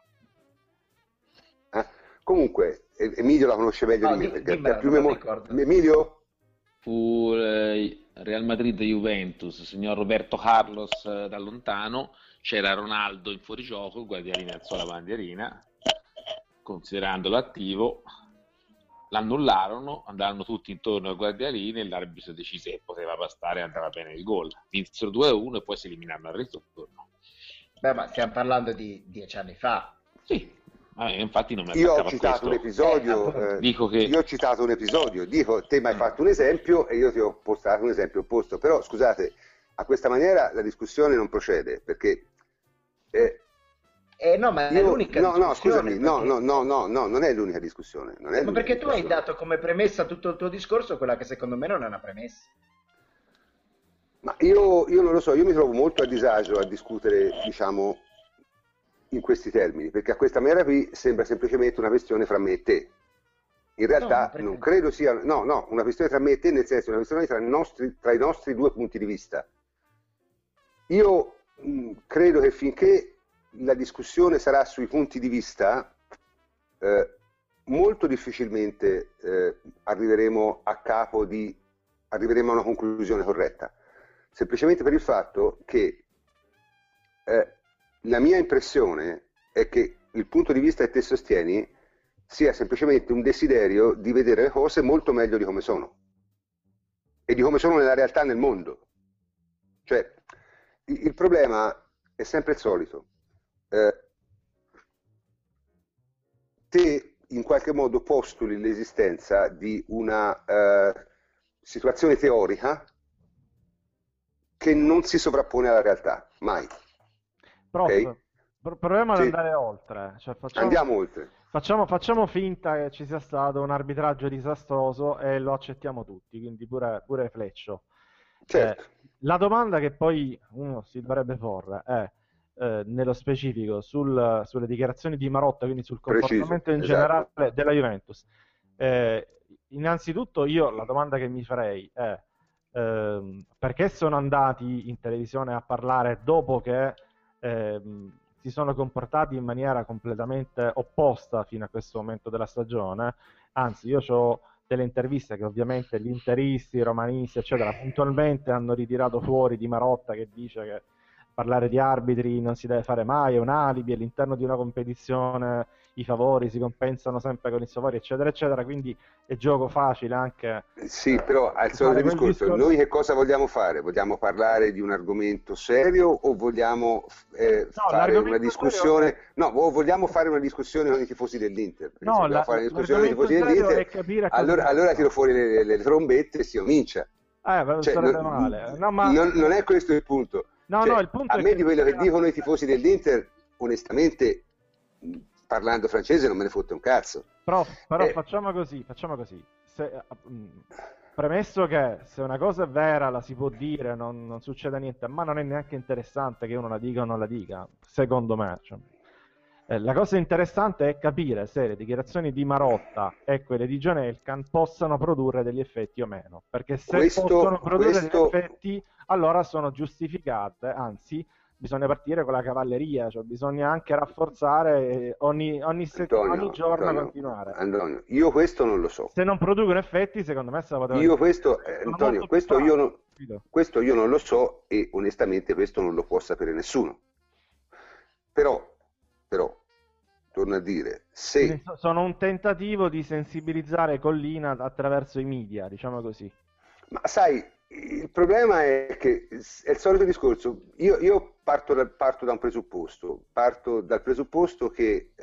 Comunque, Emilio la conosce meglio di me, perché più Emilio? Fu Real Madrid-Juventus, signor Roberto Carlos da lontano, c'era Ronaldo in fuorigioco, il guardialinee alzò la bandierina, considerandolo attivo, l'annullarono, andarono tutti intorno al guardialinee e l'arbitro decise che poteva bastare e andava bene il gol. Vinsero 2-1 e poi si eliminarono al ritorno. Beh, ma stiamo parlando di 10 anni fa. Sì. Infatti non mi io ho citato un episodio, io ho citato un episodio, dico te mi hai fatto un esempio e io ti ho postato un esempio opposto, però scusate, a questa maniera la discussione non procede, perché no, ma è l'unica discussione. No, scusami, no, non è l'unica discussione. Non è ma perché tu hai dato come premessa tutto il tuo discorso quella che secondo me non è una premessa. Ma io non lo so, io mi trovo molto a disagio a discutere, diciamo, in questi termini, perché a questa maniera qui sembra semplicemente una questione fra me e te. In realtà non credo sia, una questione tra me e te, nel senso una questione tra i nostri due punti di vista. Io credo che finché la discussione sarà sui punti di vista, molto difficilmente arriveremo a una conclusione corretta, semplicemente per il fatto che la mia impressione è che il punto di vista che te sostieni sia semplicemente un desiderio di vedere le cose molto meglio di come sono e di come sono nella realtà nel mondo. Cioè, il problema è sempre il solito. Te in qualche modo postuli l'esistenza di una situazione teorica che non si sovrappone alla realtà, mai. Prof, okay? Proviamo ad andare oltre. Cioè, andiamo oltre. Facciamo finta che ci sia stato un arbitraggio disastroso e lo accettiamo tutti, quindi pure Fleccio. Certo. La domanda che poi uno si dovrebbe porre è, nello specifico, sulle dichiarazioni di Marotta, quindi sul comportamento in generale della Juventus. Innanzitutto io la domanda che mi farei è perché sono andati in televisione a parlare dopo che si sono comportati in maniera completamente opposta fino a questo momento della stagione. Anzi, io ho delle interviste che ovviamente gli interisti, i romanisti, eccetera, puntualmente hanno ritirato fuori di Marotta, che dice che parlare di arbitri non si deve fare mai, è un alibi, all'interno di una competizione i favori si compensano sempre con i favori, eccetera, eccetera, quindi è gioco facile anche Sì, però al fare solito quel discorso, discorso. noi che cosa vogliamo fare? Vogliamo parlare di un argomento serio o vogliamo fare una L'argomento serio discussione? No, o vogliamo fare una discussione con i tifosi dell'Inter? Perché se no, vogliamo fare una discussione con i l'argomento tifosi serio è dell'Inter, capire a cosa allora tiro fuori le trombette e si comincia. non Cioè, sarebbe male. No, ma non è questo il punto. no, Cioè, no, il punto a è me che di quello che dicono i tifosi dell'Inter, onestamente, parlando francese non me ne fotte un cazzo. però facciamo così. Premesso che se una cosa è vera la si può dire, non succede niente, ma non è neanche interessante che uno la dica o non la dica, secondo me. Cioè, la cosa interessante è capire se le dichiarazioni di Marotta e quelle di John Elkann possano produrre degli effetti o meno, perché se possono produrre degli effetti, allora sono giustificate, anzi bisogna partire con la cavalleria, cioè bisogna anche rafforzare ogni giorno continuare. Antonio, io questo non lo so. Se non producono effetti, secondo me se la potevano Io questo, Antonio, questo io non lo so e onestamente questo non lo può sapere nessuno. Però, torno a dire, se... Sono un tentativo di sensibilizzare Collina attraverso i media, diciamo così. Ma sai, il problema è che è il solito discorso. Io parto da un presupposto, parto dal presupposto che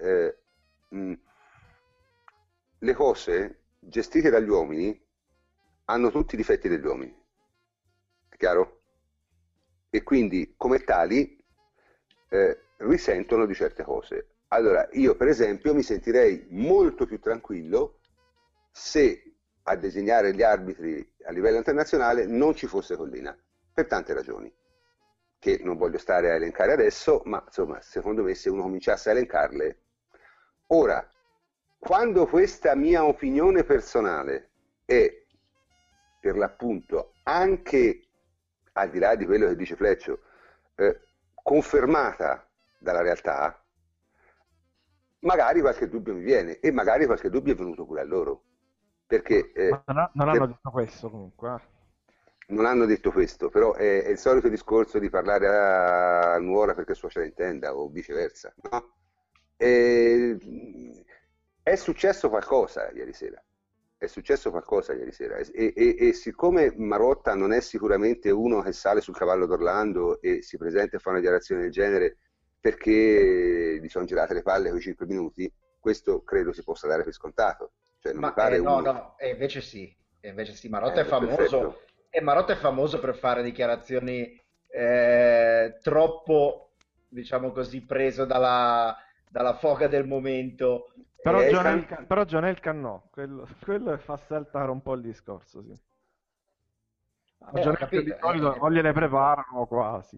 le cose gestite dagli uomini hanno tutti i difetti degli uomini, è chiaro? E quindi come tali risentono di certe cose. Allora, io per esempio mi sentirei molto più tranquillo se a disegnare gli arbitri a livello internazionale non ci fosse Collina, per tante ragioni, che non voglio stare a elencare adesso, ma insomma, secondo me se uno cominciasse a elencarle... Ora, quando questa mia opinione personale è, per l'appunto, anche al di là di quello che dice Fleccio, confermata dalla realtà, magari qualche dubbio mi viene, e magari qualche dubbio è venuto pure a loro. Perché non hanno detto questo comunque. Non hanno detto questo, però è il solito discorso di parlare a nuora perché suocera intenda o viceversa, no? È successo qualcosa ieri sera. È successo qualcosa ieri sera e siccome Marotta non è sicuramente uno che sale sul cavallo d'Orlando e si presenta e fa una dichiarazione del genere perché gli sono girate le palle quei 5 minuti, questo credo si possa dare per scontato. Cioè, non mi pare no, e invece sì, Marotta è famoso, perfetto. e Marotta è famoso per fare dichiarazioni troppo, diciamo così, preso dalla foga del momento. Però John Elkann no, quello fa saltare un po' il discorso, sì. John Elkann di solito non gliele preparano quasi.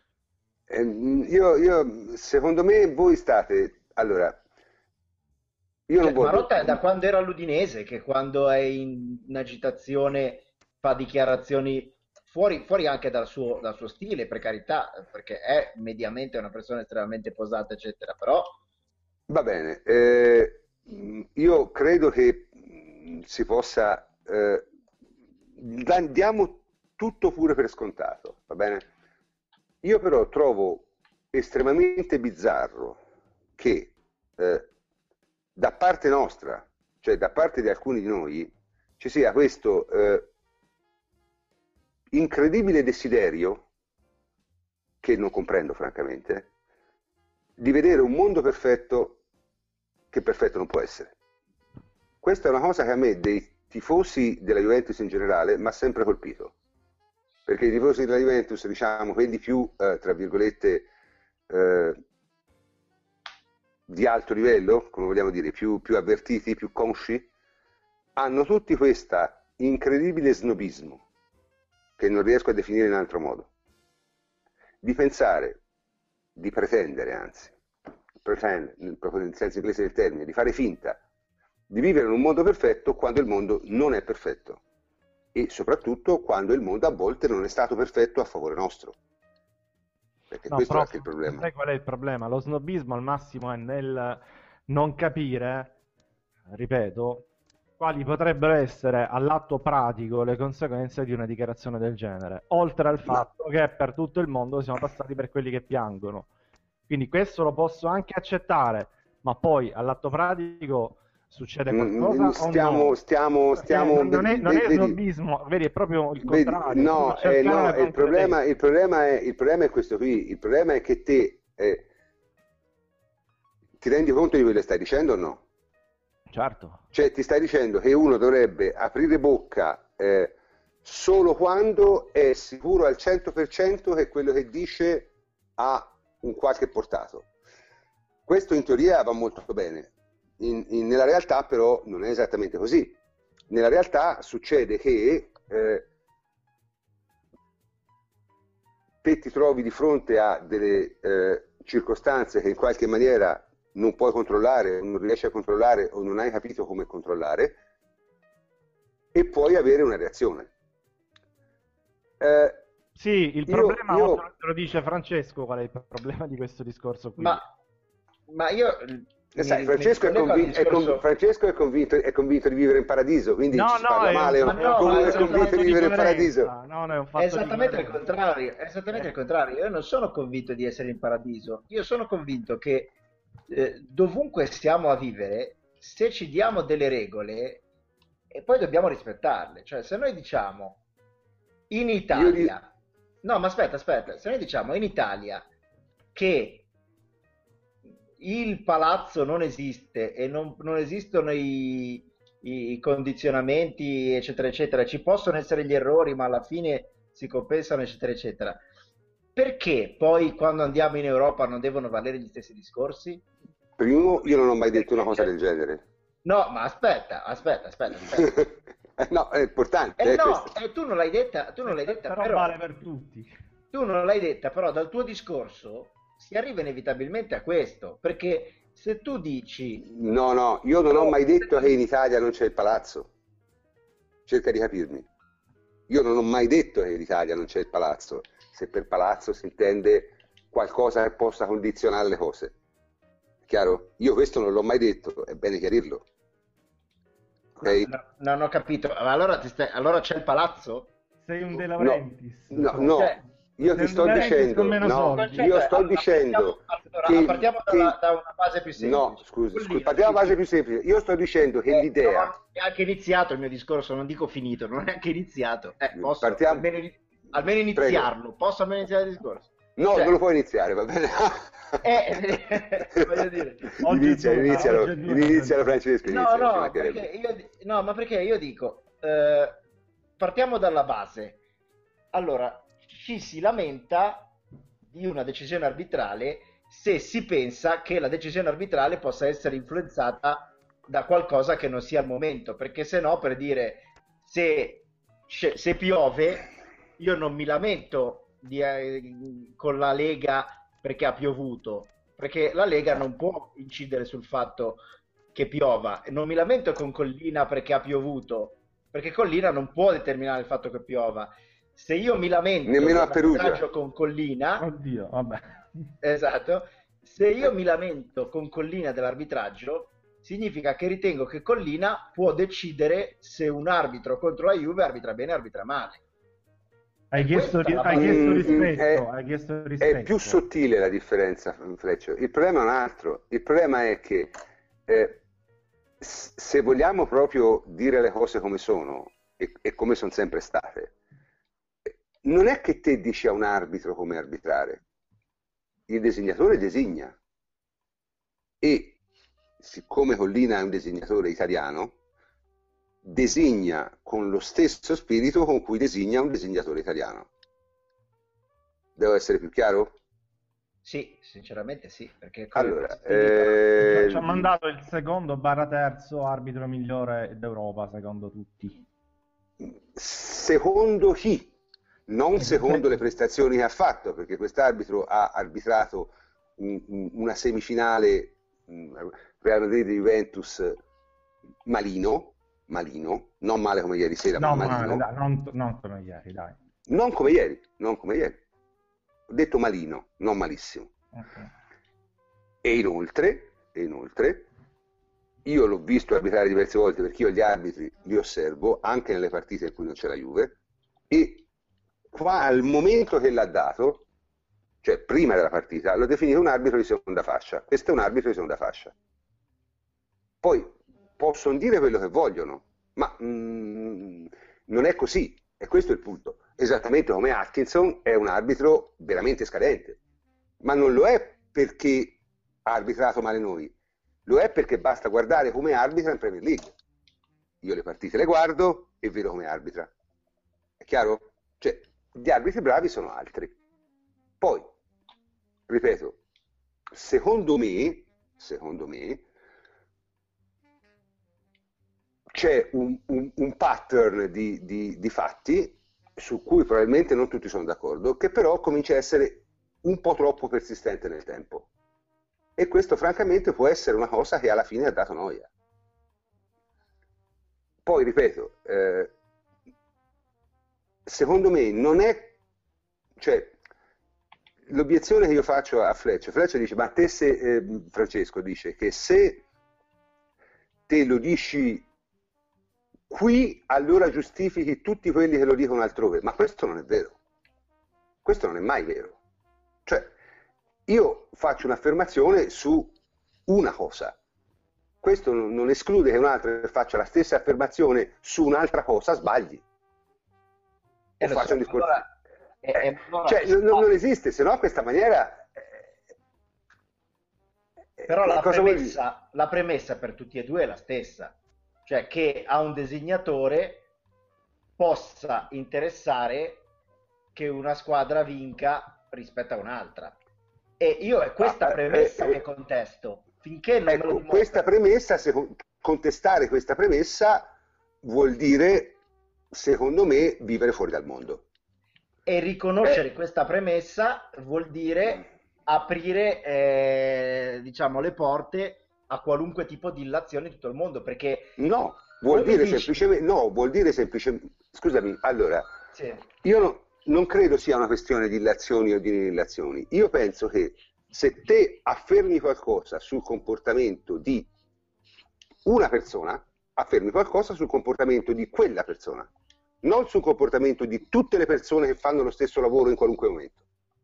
Secondo me voi state... Allora, io non voglio... Marotta è da quando era all'Udinese, che quando è in agitazione fa dichiarazioni fuori anche dal suo stile, per carità, perché è mediamente una persona estremamente posata, eccetera, però... Va bene, io credo che si possa... diamo tutto pure per scontato, va bene? Io però trovo estremamente bizzarro che da parte nostra, cioè da parte di alcuni di noi, ci sia questo incredibile desiderio, che non comprendo francamente, di vedere un mondo perfetto che perfetto non può essere. Questa è una cosa che a me, dei tifosi della Juventus in generale, mi ha sempre colpito. Perché i tifosi della Juventus, diciamo, quelli più, tra virgolette, di alto livello, come vogliamo dire, più avvertiti, più consci, hanno tutti questo incredibile snobismo, che non riesco a definire in altro modo, di pensare, di pretendere anzi, proprio nel senso inglese del termine, di fare finta di vivere in un mondo perfetto quando il mondo non è perfetto e soprattutto quando il mondo a volte non è stato perfetto a favore nostro, perché questo è anche il problema. Sai qual è il problema? Lo snobismo al massimo è nel non capire, ripeto, quali potrebbero essere all'atto pratico le conseguenze di una dichiarazione del genere, oltre al fatto che per tutto il mondo siamo passati per quelli che piangono. Quindi questo lo posso anche accettare, ma poi all'atto pratico succede qualcosa o no? Non è snobismo, vedi, è proprio il contrario. No, il problema è questo qui. Il problema è che te ti rendi conto di quello che stai dicendo o no? Certo. Cioè ti stai dicendo che uno dovrebbe aprire bocca solo quando è sicuro al 100% che quello che dice ha un qualche portato. Questo in teoria va molto bene. Nella realtà però non è esattamente così. Nella realtà succede che te ti trovi di fronte a delle circostanze che in qualche maniera non puoi controllare, o non riesci a controllare o non hai capito come controllare, e puoi avere una reazione. Sì, il problema, te lo dice Francesco, qual è il problema di questo discorso qui? Ma io... Sai, Francesco è convinto di vivere in paradiso, quindi ci parla male, è convinto di vivere in paradiso. È esattamente il contrario, esattamente il contrario. Io non sono convinto di essere in paradiso, io sono convinto che dovunque stiamo a vivere, se ci diamo delle regole, e poi dobbiamo rispettarle. Cioè, se noi diciamo in Italia... No, ma aspetta, se noi diciamo in Italia che il palazzo non esiste e non esistono i condizionamenti, eccetera, eccetera, ci possono essere gli errori, ma alla fine si compensano, eccetera, eccetera. Perché poi quando andiamo in Europa non devono valere gli stessi discorsi? Primo, io non ho mai detto una cosa del genere. No, ma aspetta. No, è importante. No, tu non l'hai detta, però vale per tutti. Tu non l'hai detta, però dal tuo discorso si arriva inevitabilmente a questo, perché se tu dici... No, io non ho mai detto che in Italia non c'è il palazzo. Cerca di capirmi. Io non ho mai detto che in Italia non c'è il palazzo, se per palazzo si intende qualcosa che possa condizionare le cose. Chiaro? Io questo non l'ho mai detto, è bene chiarirlo. Okay? No, non ho capito. Allora c'è il palazzo? Sei un De Laurentiis. No. Io ti sto dicendo, che partiamo da una base più semplice. No, scusi, partiamo da una base più semplice. Io sto dicendo che l'idea... No, è anche iniziato il mio discorso, non dico finito, non è anche iniziato. Posso almeno iniziarlo? Prego. Posso almeno iniziare il discorso? No, non lo puoi iniziare, va bene? Voglio dire... Inizialo Francesco. Perché io dico, partiamo dalla base. Allora, ci si lamenta di una decisione arbitrale se si pensa che la decisione arbitrale possa essere influenzata da qualcosa che non sia al momento, perché se no, per dire, se piove, io non mi lamento con la Lega perché ha piovuto, perché la Lega non può incidere sul fatto che piova, e non mi lamento con Collina perché ha piovuto, perché Collina non può determinare il fatto che piova. Se io mi lamento nemmeno a Perugia con Collina, oddio, vabbè. Esatto, se io mi lamento con Collina dell'arbitraggio, significa che ritengo che Collina può decidere se un arbitro contro la Juve arbitra bene o arbitra male. Hai chiesto rispetto. È più sottile la differenza, Fleccio. Il problema è un altro. Il problema è che se vogliamo proprio dire le cose come sono e come sono sempre state, non è che te dici a un arbitro come arbitrare, il designatore designa, e siccome Collina è un designatore italiano, designa con lo stesso spirito con cui designa un designatore italiano. Devo essere più chiaro? Sì, sinceramente sì, perché allora, ci ha mandato il secondo/terzo arbitro migliore d'Europa, secondo tutti. Secondo chi? Non secondo le prestazioni che ha fatto, perché quest'arbitro ha arbitrato una semifinale Real Madrid-Juventus malino, non male come ieri sera, no, ma malino. Dai, non come ieri, dai. Non come ieri. Ho detto malino, non malissimo. Okay. E inoltre, io l'ho visto arbitrare diverse volte perché io gli arbitri li osservo anche nelle partite in cui non c'è la Juve, e qua al momento che l'ha dato, cioè prima della partita, l'ho definito un arbitro di seconda fascia. Questo è un arbitro di seconda fascia. Poi possono dire quello che vogliono, ma non è così, e questo è il punto. Esattamente come Atkinson è un arbitro veramente scadente, ma non lo è perché ha arbitrato male noi, lo è perché basta guardare come arbitra in Premier League. Io le partite le guardo e vedo come arbitra. È chiaro? Cioè, gli arbitri bravi sono altri. Poi, ripeto, secondo me, c'è un pattern di fatti su cui probabilmente non tutti sono d'accordo, che però comincia a essere un po' troppo persistente nel tempo. E questo francamente può essere una cosa che alla fine ha dato noia. Poi, ripeto, secondo me non è... Cioè, l'obiezione che io faccio a Fletcher dice, ma te Francesco dice che se te lo dici qui, allora giustifichi tutti quelli che lo dicono altrove, ma questo non è vero. Questo non è mai vero. Cioè, io faccio un'affermazione su una cosa. Questo non esclude che un altro faccia la stessa affermazione su un'altra cosa, sbagli. O faccia un discorso. Allora, cioè, non esiste, se no a questa maniera... Però la premessa per tutti e due è la stessa. Cioè che a un designatore possa interessare che una squadra vinca rispetto a un'altra. E io è questa premessa che contesto. Finché non me lo dimostra. Questa premessa, contestare questa premessa vuol dire, secondo me, vivere fuori dal mondo. E riconoscere questa premessa vuol dire aprire, diciamo, le porte a qualunque tipo di illazione in tutto il mondo, perché no, vuol dire semplicemente, scusami, allora, sì. Io non credo sia una questione di illazioni o di illazioni. Io penso che se te affermi qualcosa sul comportamento di una persona, affermi qualcosa sul comportamento di quella persona, non sul comportamento di tutte le persone che fanno lo stesso lavoro in qualunque momento.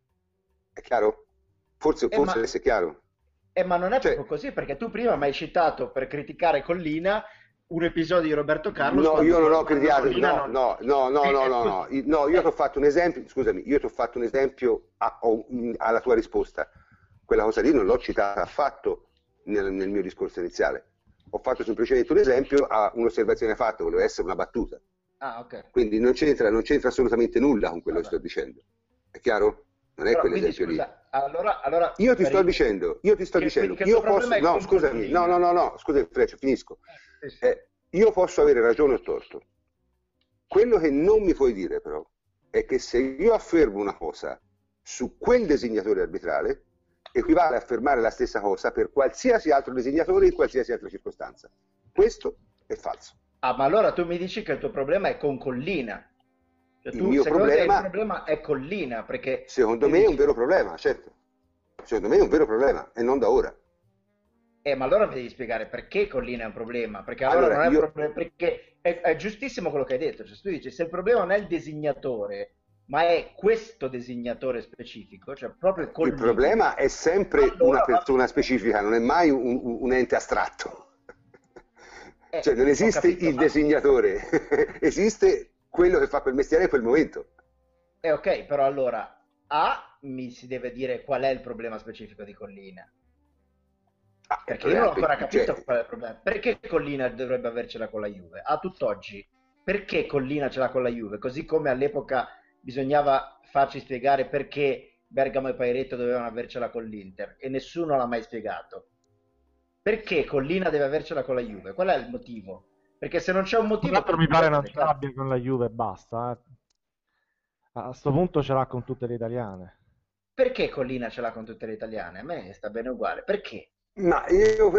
È chiaro? Forse adesso è chiaro. Ma non è proprio così, perché tu prima mi hai citato per criticare Collina un episodio di Roberto Carlos. No, io non ho criticato, no, io ti ho fatto un esempio, scusami, io ti ho fatto un esempio alla tua risposta. Quella cosa lì non l'ho citata affatto nel mio discorso iniziale. Ho fatto semplicemente un esempio a un'osservazione fatta, voleva essere una battuta. Ah, ok. Quindi non c'entra assolutamente nulla con quello che sto dicendo. È chiaro? Non è quell'esempio lì. Allora, io ti sto dicendo, io posso, no, scusami, scusami, Freccia, finisco. Io posso avere ragione o torto. Quello che non mi puoi dire però è che se io affermo una cosa su quel designatore arbitrale, equivale a affermare la stessa cosa per qualsiasi altro designatore in qualsiasi altra circostanza. Questo è falso. Ah, ma allora tu mi dici che il tuo problema è con Collina. Cioè, il mio problema è Collina, perché... Secondo me è un vero problema, certo. Secondo me è un vero problema, e non da ora. Ma allora mi devi spiegare perché Collina è un problema, perché allora non è un problema, perché è giustissimo quello che hai detto, cioè tu dici se il problema non è il designatore, ma è questo designatore specifico, cioè proprio Collina. Il problema è sempre una persona specifica, non è mai un ente astratto. Cioè non esiste il designatore, esiste quello che fa quel mestiere in quel momento. Ok, però allora mi si deve dire qual è il problema specifico di Collina. Perché io non ho ancora capito qual è il problema. Perché Collina dovrebbe avercela con la Juve? A tutt'oggi, perché Collina ce l'ha con la Juve? Così come all'epoca bisognava farci spiegare perché Bergamo e Pairetto dovevano avercela con l'Inter e nessuno l'ha mai spiegato. Perché Collina deve avercela con la Juve? Qual è il motivo? Perché se non c'è un motivo... Tra l'altro mi pare non ce l'abbia con la Juve e basta. A sto punto ce l'ha con tutte le italiane. Perché Collina ce l'ha con tutte le italiane? A me sta bene uguale. Perché? Ma io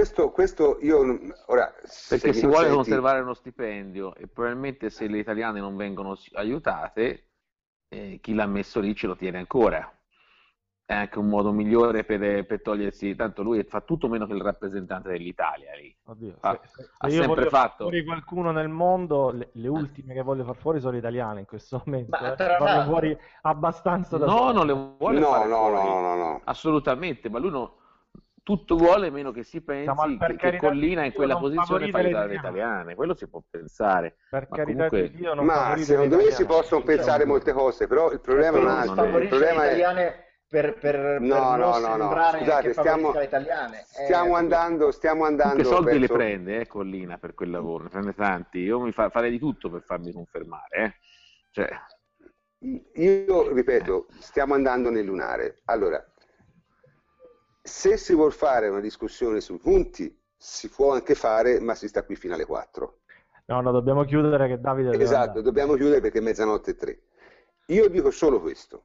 ora... Perché si vuole conservare uno stipendio e probabilmente se le italiane non vengono aiutate, chi l'ha messo lì ce lo tiene ancora. è anche un modo migliore per togliersi, tanto lui fa tutto meno che il rappresentante dell'Italia lì. Oddio, Ha se io sempre voglio far fatto. fuori qualcuno nel mondo, le ultime che voglio far fuori sono le italiane in questo momento. Ma Ne tra fanno l'altro, fuori abbastanza da No, sole. non le vuole No, fare no, fuori, no, no, no. assolutamente, ma lui tutto vuole meno che si Siamo pensi per che carità di Collina in Dio, quella non posizione fa favorite le aiutare le italiane. italiane, quello si può pensare, Per ma carità di comunque Dio, non Ma favorite le secondo me si italiane. possono Ci sia pensare un molte dubbio. cose, però il problema è un No, non non altro. è. Il sfavorisce le problema è... italiane per No, non no, no, no. sembrare che Scusate, favorisca le italiane. stiamo Comunque andando soldi le verso... prende, Collina, per quel lavoro, ne prende tanti, io farei di tutto per farmi confermare, Cioè, Io ripeto, stiamo andando nel lunare. Allora, se si vuol fare una discussione sui punti, si può anche fare, ma si sta qui fino alle 4. No, no, dobbiamo chiudere che Davide deve Esatto, andare. dobbiamo chiudere perché è mezzanotte e 3. Io dico solo questo,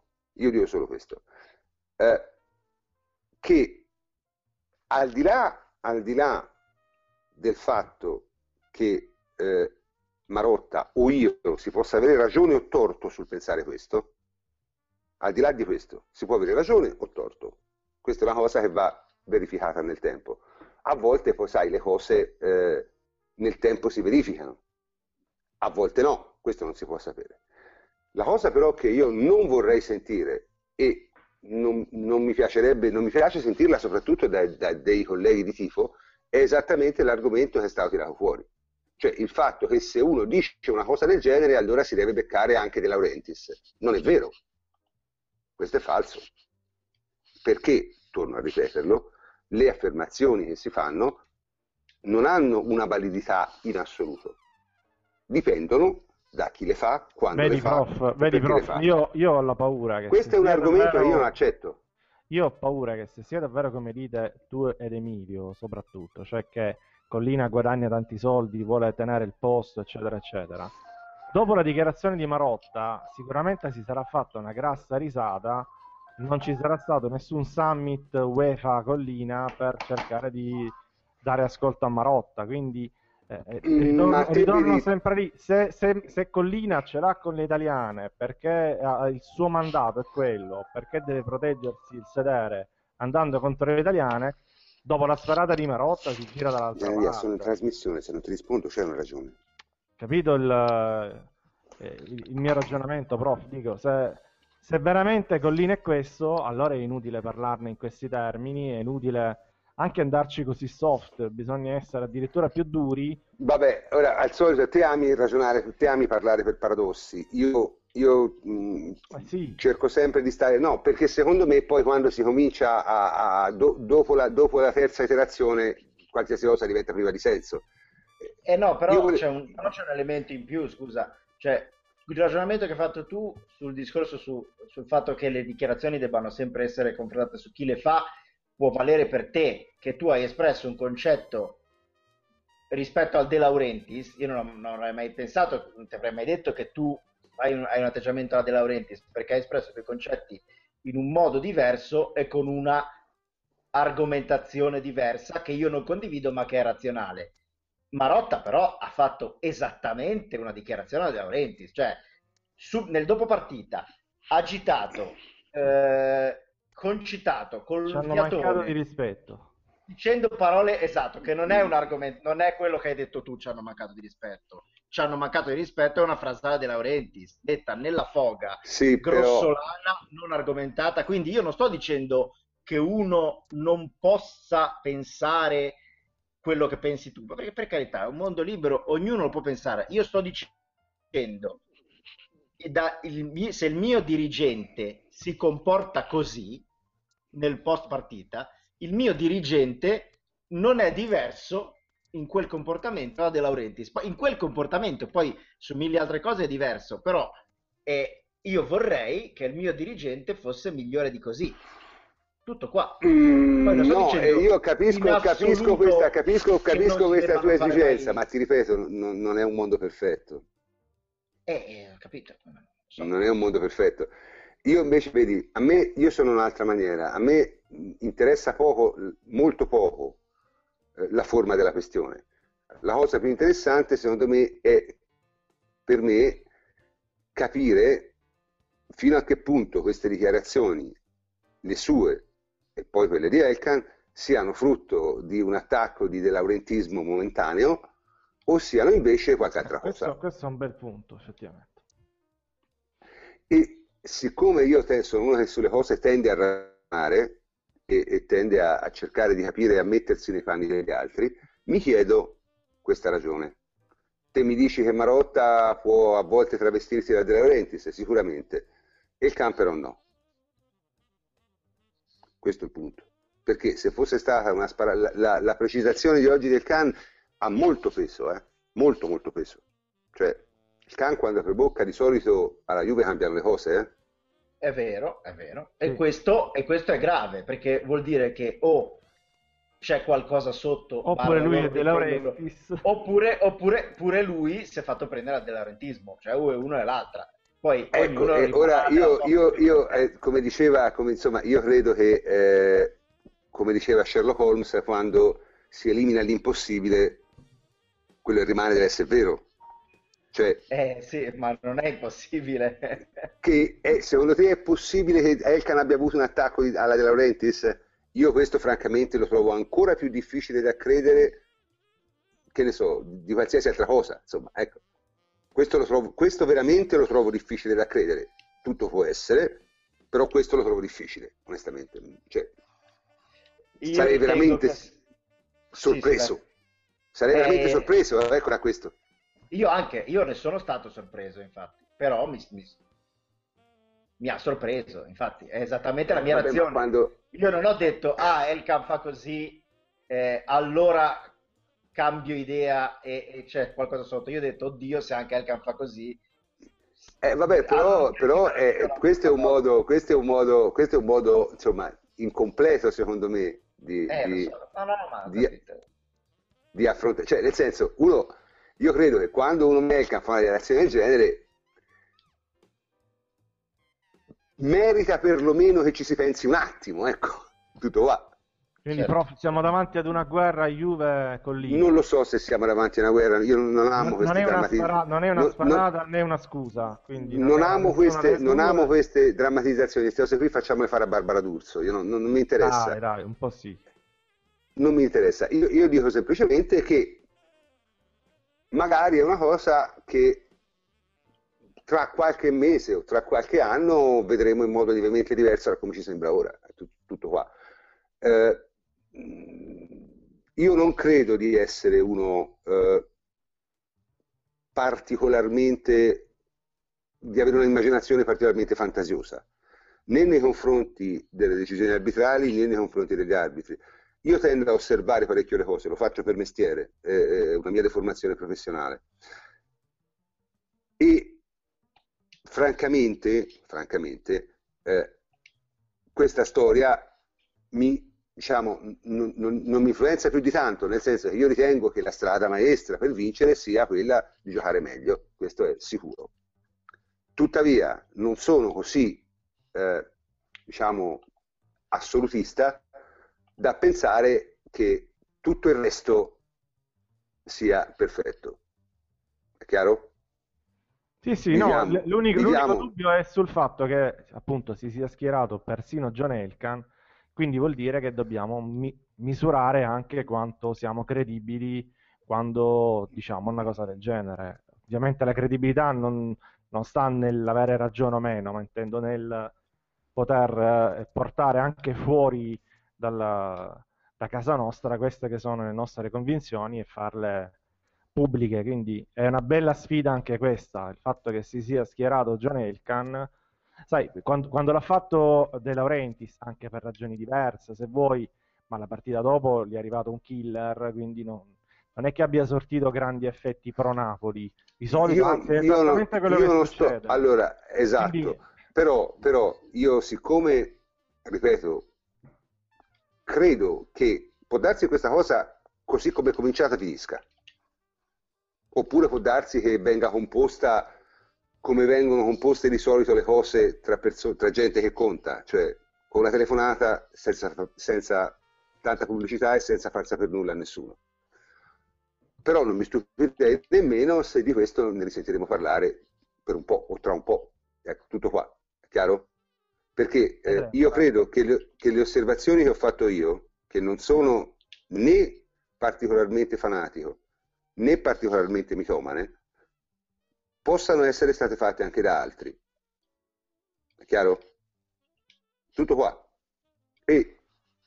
che al di là del fatto che Marotta o io si possa avere ragione o torto sul pensare questo, al di là di questo si può avere ragione o torto. Questa è una cosa che va verificata nel tempo. A volte poi sai, le cose nel tempo si verificano, a volte no, questo non si può sapere. La cosa però che io non vorrei sentire e non mi piace sentirla soprattutto dei colleghi di tifo, è esattamente l'argomento che è stato tirato fuori. Cioè il fatto che se uno dice una cosa del genere allora si deve beccare anche De Laurentiis. Non è vero. Questo è falso. Perché, torno a ripeterlo, le affermazioni che si fanno non hanno una validità in assoluto. Dipendono da chi le fa, quando Vedi, le fa, prof, perché le fa. io ho la paura che Questo se è un sia argomento che io davvero... non accetto. Io ho paura che se sia davvero come dite tu ed Emilio soprattutto, cioè che Collina guadagna tanti soldi, vuole tenere il posto, eccetera, eccetera. Dopo la dichiarazione di Marotta sicuramente si sarà fatta una grassa risata, non ci sarà stato nessun summit UEFA Collina per cercare di dare ascolto a Marotta, quindi Ma te ritorno vedi, sempre lì, se Collina ce l'ha con le italiane perché il suo mandato è quello, perché deve proteggersi il sedere andando contro le italiane, dopo la sferrata di Marotta si gira dall'altra sono in parte. trasmissione, se non ti rispondo c'è una ragione. Capito il mio ragionamento, prof? Dico, se veramente Collina è questo, allora è inutile parlarne in questi termini, è inutile anche andarci così soft, bisogna essere addirittura più duri. Vabbè, ora al solito te ami ragionare, te ami parlare per paradossi. Io Sì, cerco sempre di stare, no, perché secondo me poi quando si comincia dopo la terza iterazione qualsiasi cosa diventa priva di senso. No, Io però vole- c'è un elemento in più, scusa. Cioè, il ragionamento che hai fatto tu sul discorso sul fatto che le dichiarazioni debbano sempre essere confrontate su chi le fa, può valere per te, che tu hai espresso un concetto rispetto al De Laurentiis. Io non avrei mai pensato, non ti avrei mai detto che tu hai un atteggiamento alla De Laurentiis, perché hai espresso quei concetti in un modo diverso e con una argomentazione diversa che io non condivido ma che è razionale. Marotta però ha fatto esattamente una dichiarazione a De Laurentiis, cioè nel dopo partita agitato, concitato, ci col hanno mancato di fiatone, rispetto. dicendo parole esatto, che non è un argomento, non è quello che hai detto tu, ci hanno mancato di rispetto. Ci hanno mancato di rispetto è una frase De Laurentiis, detta nella foga, sì, però grossolana, non argomentata. Quindi io non sto dicendo che uno non possa pensare quello che pensi tu, perché per carità è un mondo libero, ognuno lo può pensare. Io sto dicendo che se il mio dirigente si comporta così nel post partita, il mio dirigente non è diverso in quel comportamento da De Laurentiis. In quel comportamento, poi su mille altre cose è diverso, però io vorrei che il mio dirigente fosse migliore di così. Tutto qua. Poi lo sto no, dicendo io in capisco assoluto che non si questa tua debbano fare esigenza, ma mai... ti ripeto, non è un mondo perfetto. Ho capito. Non è un mondo perfetto. Io invece, vedi, io sono un'altra maniera, a me interessa poco, molto poco, la forma della questione. La cosa più interessante, secondo me, è per me capire fino a che punto queste dichiarazioni le sue e poi quelle di Elkann siano frutto di un attacco di delaurentismo momentaneo o siano invece qualche altra cosa. Questo è un bel punto, effettivamente. E siccome io sono uno che sulle cose tende a ragionare e tende a cercare di capire e a mettersi nei panni degli altri, mi chiedo questa ragione. Te mi dici che Marotta può a volte travestirsi da De Laurentiis, sicuramente, e il Campero no. Questo è il punto. Perché se fosse stata la precisazione di oggi del Can ha molto peso, molto molto peso. Cioè, il Can quando apre bocca di solito alla Juve cambiano le cose, È vero, è vero. Sì. E questo è grave, perché vuol dire che o c'è qualcosa sotto, Oppure barra lui loro è De difendono, Laurentiis. oppure pure lui si è fatto prendere a De Laurentiismo, cioè o è uno e l'altra. Poi Ecco, ognuno ora rimane alla sua come diceva, insomma, io credo che, come diceva Sherlock Holmes, quando si elimina l'impossibile, quello che rimane deve essere vero. Cioè, Sì, ma non è impossibile. secondo te è possibile che Elkann abbia avuto un attacco alla De Laurentiis? Io questo francamente lo trovo ancora più difficile da credere, che ne so, di qualsiasi altra cosa, insomma, ecco. Questo veramente lo trovo difficile da credere. Tutto può essere, però questo lo trovo difficile, onestamente. Cioè, Io sarei ritengo veramente che... Sì, sorpreso. sì, Sarei veramente beh. sorpreso, ecco da questo. Io ne sono stato sorpreso, infatti, però mi ha sorpreso, infatti, è esattamente la mia Vabbè, ma reazione. quando... Io non ho detto, ah, Elkann fa così, allora cambio idea e c'è qualcosa sotto. Io ho detto, oddio, se anche Elkann fa così, Vabbè, allora sicuramente questo è un una cosa. modo, questo è un modo, insomma, incompleto, secondo me, Lo so, no, no, ma ho di, capito. di affrontare. Cioè, nel senso, io credo che quando uno Melkan fa una reazione del genere, merita perlomeno che ci si pensi un attimo, ecco, tutto va. Quindi, Certo, prof, siamo certo. davanti ad una guerra Juve con Non lo l'Inter. so se siamo davanti a una guerra, io non amo Non queste è una drammatizzazioni. non è una sparata né una scusa, quindi non Non è amo nessuna delle non amo due. queste drammatizzazioni, queste cose qui facciamole fare a Barbara D'Urso, io non mi interessa. Dai, un po' sì. Non mi interessa, io dico semplicemente che magari è una cosa che tra qualche mese o tra qualche anno vedremo in modo lievemente diverso da come ci sembra ora, tutto qua. Io non credo di essere uno di avere un'immaginazione particolarmente fantasiosa, né nei confronti delle decisioni arbitrali né nei confronti degli arbitri. Io tendo a osservare parecchio le cose, lo faccio per mestiere, è una mia deformazione professionale. E francamente, questa storia non mi influenza più di tanto, nel senso che io ritengo che la strada maestra per vincere sia quella di giocare meglio, questo è sicuro. Tuttavia non sono così, assolutista da pensare che tutto il resto sia perfetto. È chiaro? Sì, no, l'unico Viviamo. dubbio è sul fatto che appunto si sia schierato persino John Elkann, quindi vuol dire che dobbiamo misurare anche quanto siamo credibili quando diciamo una cosa del genere. Ovviamente la credibilità non sta nell'avere ragione o meno, ma intendo nel poter portare anche fuori da casa nostra queste che sono le nostre convinzioni e farle pubbliche, quindi è una bella sfida anche questa, il fatto che si sia schierato John Elkann, sai, quando l'ha fatto De Laurentiis, anche per ragioni diverse, se vuoi, ma la partita dopo gli è arrivato un killer, quindi non è che abbia sortito grandi effetti pro Napoli, di solito anzi è esattamente quello che Io non sto, succede. allora, Quindi, esatto, però io siccome, ripeto, credo che può darsi questa cosa così come è cominciata finisca, oppure può darsi che venga composta come vengono composte di solito le cose tra gente che conta, cioè con una telefonata senza tanta pubblicità e senza far sapere nulla a nessuno. Però non mi stupirei nemmeno se di questo ne risentiremo parlare per un po' o tra un po'. Ecco, tutto qua, è chiaro? perché io credo che le osservazioni che ho fatto io, che non sono né particolarmente fanatico né particolarmente mitomane, possano essere state fatte anche da altri. È chiaro? Tutto qua. E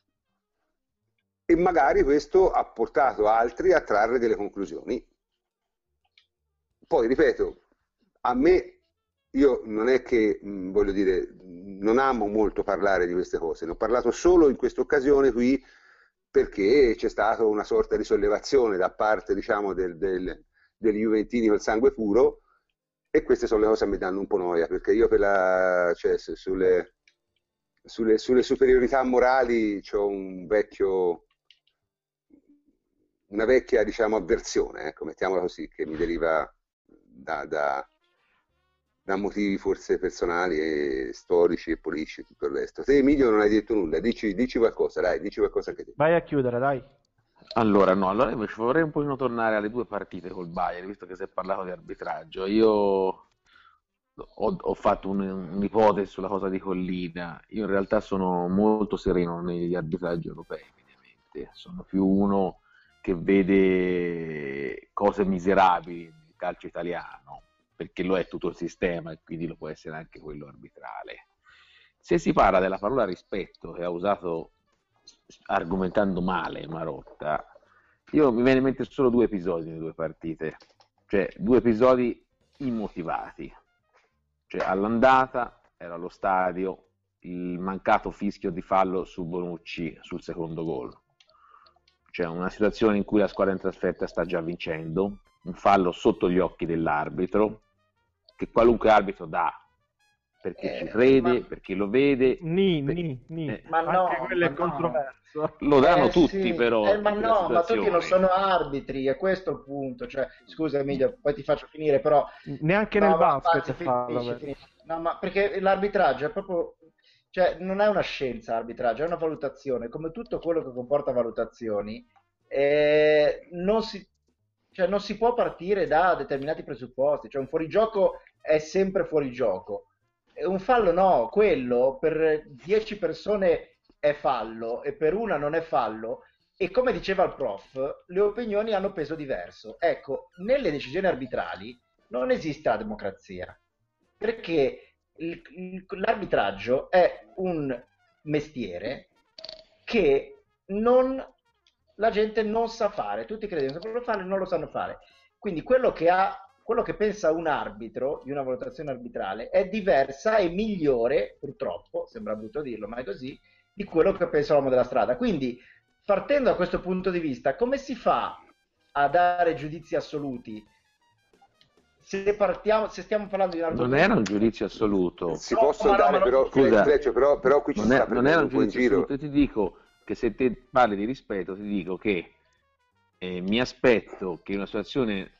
magari questo ha portato altri a trarre delle conclusioni. Poi, ripeto, a me, io non è che, voglio dire, non amo molto parlare di queste cose, ne ho parlato solo in questa occasione qui perché c'è stata una sorta di sollevazione da parte, diciamo, degli juventini col sangue puro, e queste sono le cose che mi danno un po' noia, perché io cioè, sulle superiorità morali c'ho una vecchia, diciamo, avversione, ecco, mettiamola così, che mi deriva da motivi forse personali e storici e politici e tutto il resto. Te, Emilio, non hai detto nulla, dici qualcosa, dai, dici qualcosa anche te. Vai a chiudere, dai. Allora invece vorrei un pochino tornare alle due partite col Bayern, visto che si è parlato di arbitraggio. Io ho fatto un'ipotesi sulla cosa di Collina. Io in realtà sono molto sereno negli arbitraggi europei, ovviamente. Sono più uno che vede cose miserabili nel calcio italiano, perché lo è tutto il sistema e quindi lo può essere anche quello arbitrale. Se si parla della parola rispetto, che ha usato argomentando male Marotta, mi viene in mente solo due episodi nelle due partite, cioè due episodi immotivati. Cioè all'andata era allo stadio il mancato fischio di fallo su Bonucci sul secondo gol, cioè una situazione in cui la squadra in trasferta sta già vincendo, un fallo sotto gli occhi dell'arbitro che qualunque arbitro dà, perché ci crede, perché lo vede. Ma no, anche quello è controverso. Lo danno tutti, sì. però. Ma tutti non sono arbitri, è questo il punto. Cioè, scusa Emilio, poi ti faccio finire, però neanche nel basket finisci. No, ma perché l'arbitraggio è proprio, cioè, non è una scienza l'arbitraggio, è una valutazione, come tutto quello che comporta valutazioni. Non si può partire da determinati presupposti, cioè un fuorigioco è sempre fuorigioco. Un fallo no, quello per 10 persone è fallo e per una non è fallo, e come diceva il prof, le opinioni hanno peso diverso. Ecco, nelle decisioni arbitrali non esiste la democrazia, perché l'arbitraggio è un mestiere che la gente non sa fare, tutti credono di saperlo fare, non lo sanno fare. Quindi quello che pensa un arbitro di una valutazione arbitrale è diversa e migliore, purtroppo, sembra brutto dirlo, ma è così, di quello che pensa l'uomo della strada. Quindi, partendo da questo punto di vista, come si fa a dare giudizi assoluti? Se stiamo parlando di un non era un giudizio assoluto. Si possono dare, però, però qui ci sta non era un po' in giudizio giro. assoluto. Ti dico che se te parli di rispetto, ti dico che mi aspetto che in una situazione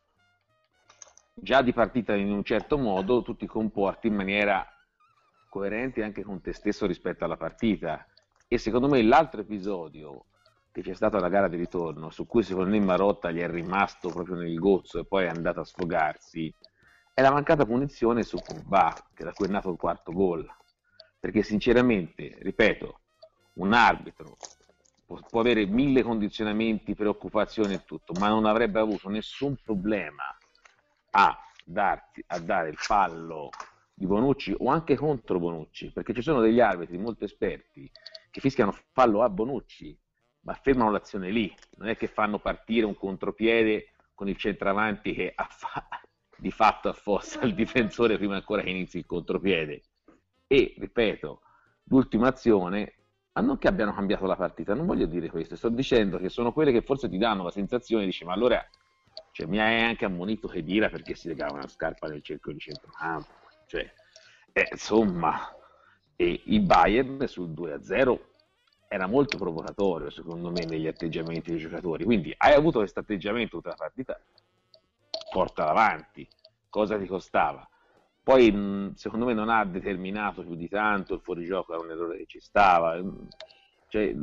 già di partita in un certo modo tu ti comporti in maniera coerente anche con te stesso rispetto alla partita. E secondo me l'altro episodio che c'è stata la gara di ritorno, su cui secondo me Marotta gli è rimasto proprio nel gozzo e poi è andato a sfogarsi, è la mancata punizione su Pogba, che da cui è nato il quarto gol. Perché sinceramente, ripeto, un arbitro può avere 1000 condizionamenti, preoccupazioni e tutto, ma non avrebbe avuto nessun problema a dare il fallo di Bonucci o anche contro Bonucci, perché ci sono degli arbitri molto esperti che fischiano fallo a Bonucci, ma fermano l'azione lì, non è che fanno partire un contropiede con il centravanti che di fatto affossa il difensore prima ancora che inizi il contropiede. E ripeto, l'ultima azione, ma non che abbiano cambiato la partita, non voglio dire questo, sto dicendo che sono quelle che forse ti danno la sensazione, dici, ma allora, cioè, mi hai anche ammonito Khedira perché si legava una scarpa nel cerchio di centrocampo, cioè, insomma, e il Bayern sul 2-0 era molto provocatorio secondo me negli atteggiamenti dei giocatori, quindi hai avuto questo atteggiamento tutta la partita, porta avanti, cosa ti costava? Poi secondo me non ha determinato più di tanto, il fuorigioco era un errore che ci stava, cioè,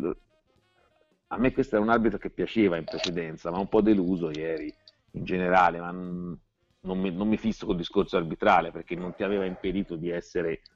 a me questo era un arbitro che piaceva in precedenza, ma un po' deluso ieri in generale, ma non mi fisso col discorso arbitrale perché non ti aveva impedito di essere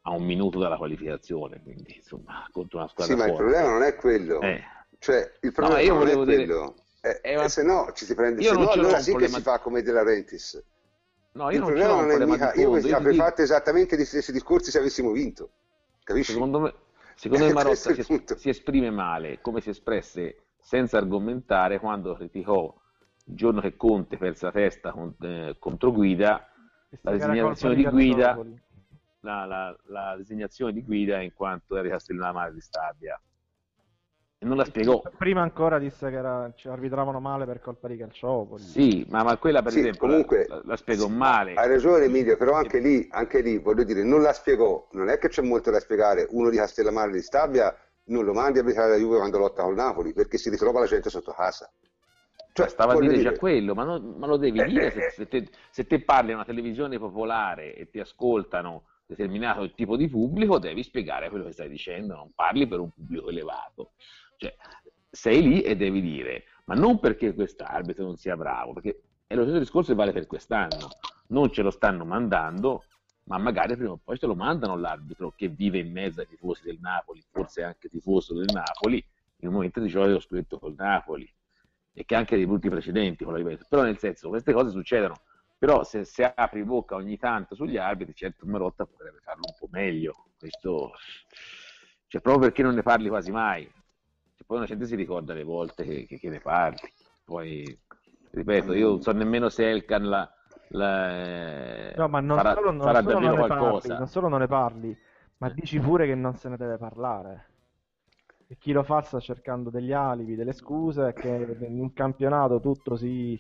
a un minuto dalla qualificazione, quindi insomma contro una Sì, squadra ma il forte. problema non è quello. Cioè, il No, ma problema io non è volevo dire, quello. ma Se no ci si prende, io se non no ce l'ho allora un sì che problema, si fa come De Laurentiis. no, io Il non ce l'ho problema un non è problema di mica, io fondo, io ti avrei dico, fatto esattamente gli stessi discorsi se avessimo vinto, capisci? secondo me Questo Marotta è il punto. si esprime male, come si espresse senza argomentare quando criticò il giorno che Conte perse la testa contro Guida, la Visto che era colpa designazione di di Guida, Calciopoli. la designazione di Guida in quanto era di Castellamare di Stabia. E non la spiegò. Prima ancora disse che ci arbitravano male per colpa di Calciopoli. Sì, ma quella per Sì, esempio comunque la spiegò sì, male. hai ragione Emilio, però anche lì, voglio dire, non la spiegò, non è che c'è molto da spiegare, uno di Castellammare di Stabia non lo mandi a abitare la Juve quando lotta col Napoli, perché si ritrova la gente sotto casa. Cioè, Stava a voglio dire già dire, quello, ma lo devi dire se te parli a una televisione popolare e ti ascoltano determinato tipo di pubblico, devi spiegare quello che stai dicendo, non parli per un pubblico elevato. Cioè, sei lì e devi dire, ma non perché quest'arbitro non sia bravo, perché è lo stesso discorso che vale per quest'anno, non ce lo stanno mandando, ma magari prima o poi ce lo mandano l'arbitro che vive in mezzo ai tifosi del Napoli, forse anche tifoso del Napoli, in un momento di gioia dello scudetto col Napoli, e che anche dei brutti precedenti con la Juventus. Però nel senso, queste cose succedono, però se apri bocca ogni tanto sugli arbitri, certo Marotta potrebbe farlo un po' meglio, questo, cioè, proprio perché non ne parli quasi mai. Poi la gente si ricorda le volte che ne parli. Poi, ripeto, io non so nemmeno se Elkan No, ma non farà, solo, non farà solo davvero non ne parli, qualcosa. non solo non ne parli, ma dici pure che non se ne deve parlare. E chi lo fa sta cercando degli alibi, delle scuse, che in un campionato tutto si...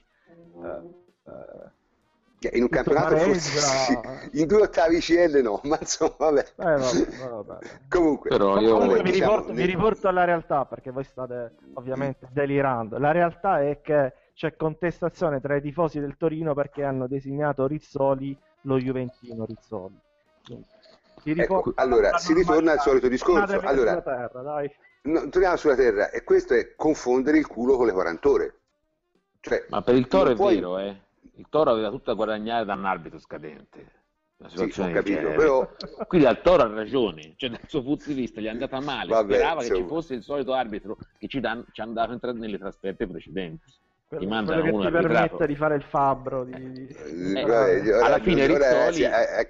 in un tutto campionato forse pareggia. sì, in 2 ottavi CL no, ma insomma vabbè. Vabbè. Comunque, Però Comunque io... diciamo, vi riporto alla realtà, perché voi state ovviamente delirando. La realtà è che c'è contestazione tra i tifosi del Torino perché hanno designato Rizzoli lo Juventino Rizzoli. Quindi, si ecco, riporta allora alla si ritorna al normalità. solito discorso. Tornatemi Allora, sulla terra, dai. torniamo sulla terra e questo è confondere il culo con le 40 ore. Cioè, Ma per il Toro non è puoi... vero, il Toro aveva tutto da guadagnare da un arbitro scadente. Una Sì, ho situazione del capito, genere. però... Quindi al Toro ha ragione, cioè dal suo punto di vista gli è andata male, Vabbè, sperava che ci insomma. fosse il solito arbitro che ci ha andato nelle trasferte precedenti. Ti Quello mandano che uno ti arbitrato. permette di fare il fabbro. Alla fine Rizzoli,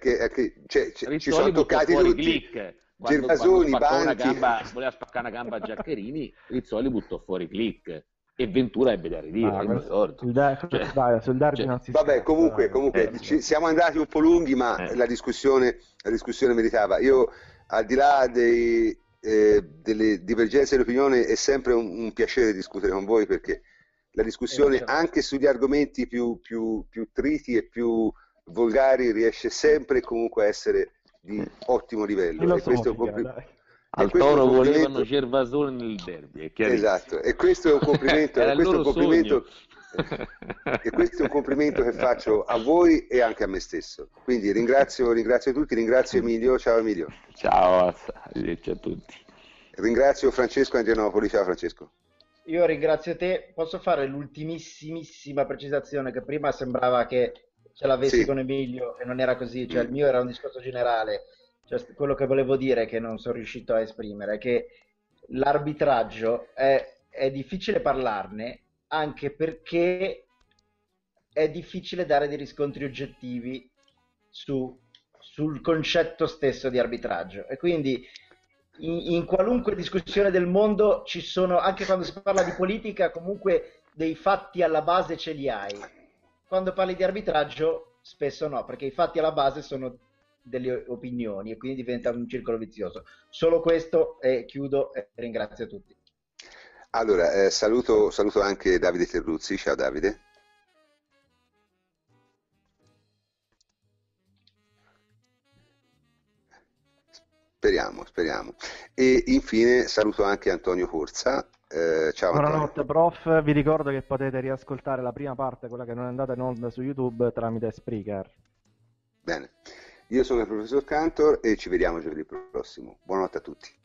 ci Rizzoli sono buttò toccati fuori tutti. Glick. Quando Gervasoni, spaccò una Banchi. gamba, voleva spaccare una gamba a Giaccherini, Rizzoli buttò fuori Glick e Ventura ebbe da ridire, io mi ricordo. Dai, sul derby non si Vabbè, scherza, comunque dai. siamo andati un po' lunghi, ma la discussione meritava. Io, al di là delle divergenze di opinione, è sempre un piacere discutere con voi, perché la discussione anche sugli argomenti più triti e più volgari riesce sempre e comunque a essere di ottimo livello. E questo è un complimento. Al Toro volevano Gervasoni nel derby, è chiarissimo. Esatto, e questo è un complimento, Era il loro sogno. E questo è un complimento che faccio a voi e anche a me stesso. Quindi ringrazio tutti, ringrazio Emilio, ciao Emilio. Ciao, arrivederci a tutti. Ringrazio Francesco Andrianopoli, ciao Francesco. Io ringrazio te, posso fare l'ultimissimissima precisazione che prima sembrava che ce l'avessi Sì. con Emilio e non era così, cioè il mio era un discorso generale, cioè quello che volevo dire che non sono riuscito a esprimere è che l'arbitraggio è difficile parlarne anche perché è difficile dare dei riscontri oggettivi sul concetto stesso di arbitraggio e quindi in qualunque discussione del mondo ci sono, anche quando si parla di politica, comunque dei fatti alla base ce li hai. Quando parli di arbitraggio spesso no, perché i fatti alla base sono delle opinioni e quindi diventa un circolo vizioso. Solo questo e chiudo e ringrazio tutti. Allora, saluto anche Davide Terruzzi, ciao Davide. Speriamo. E infine saluto anche Antonio Corsa. Ciao Buonanotte Antonio. prof, vi ricordo che potete riascoltare la prima parte, quella che non è andata in onda su YouTube, tramite Spreaker. Bene, io sono il professor Cantor e ci vediamo giovedì prossimo. Buonanotte a tutti.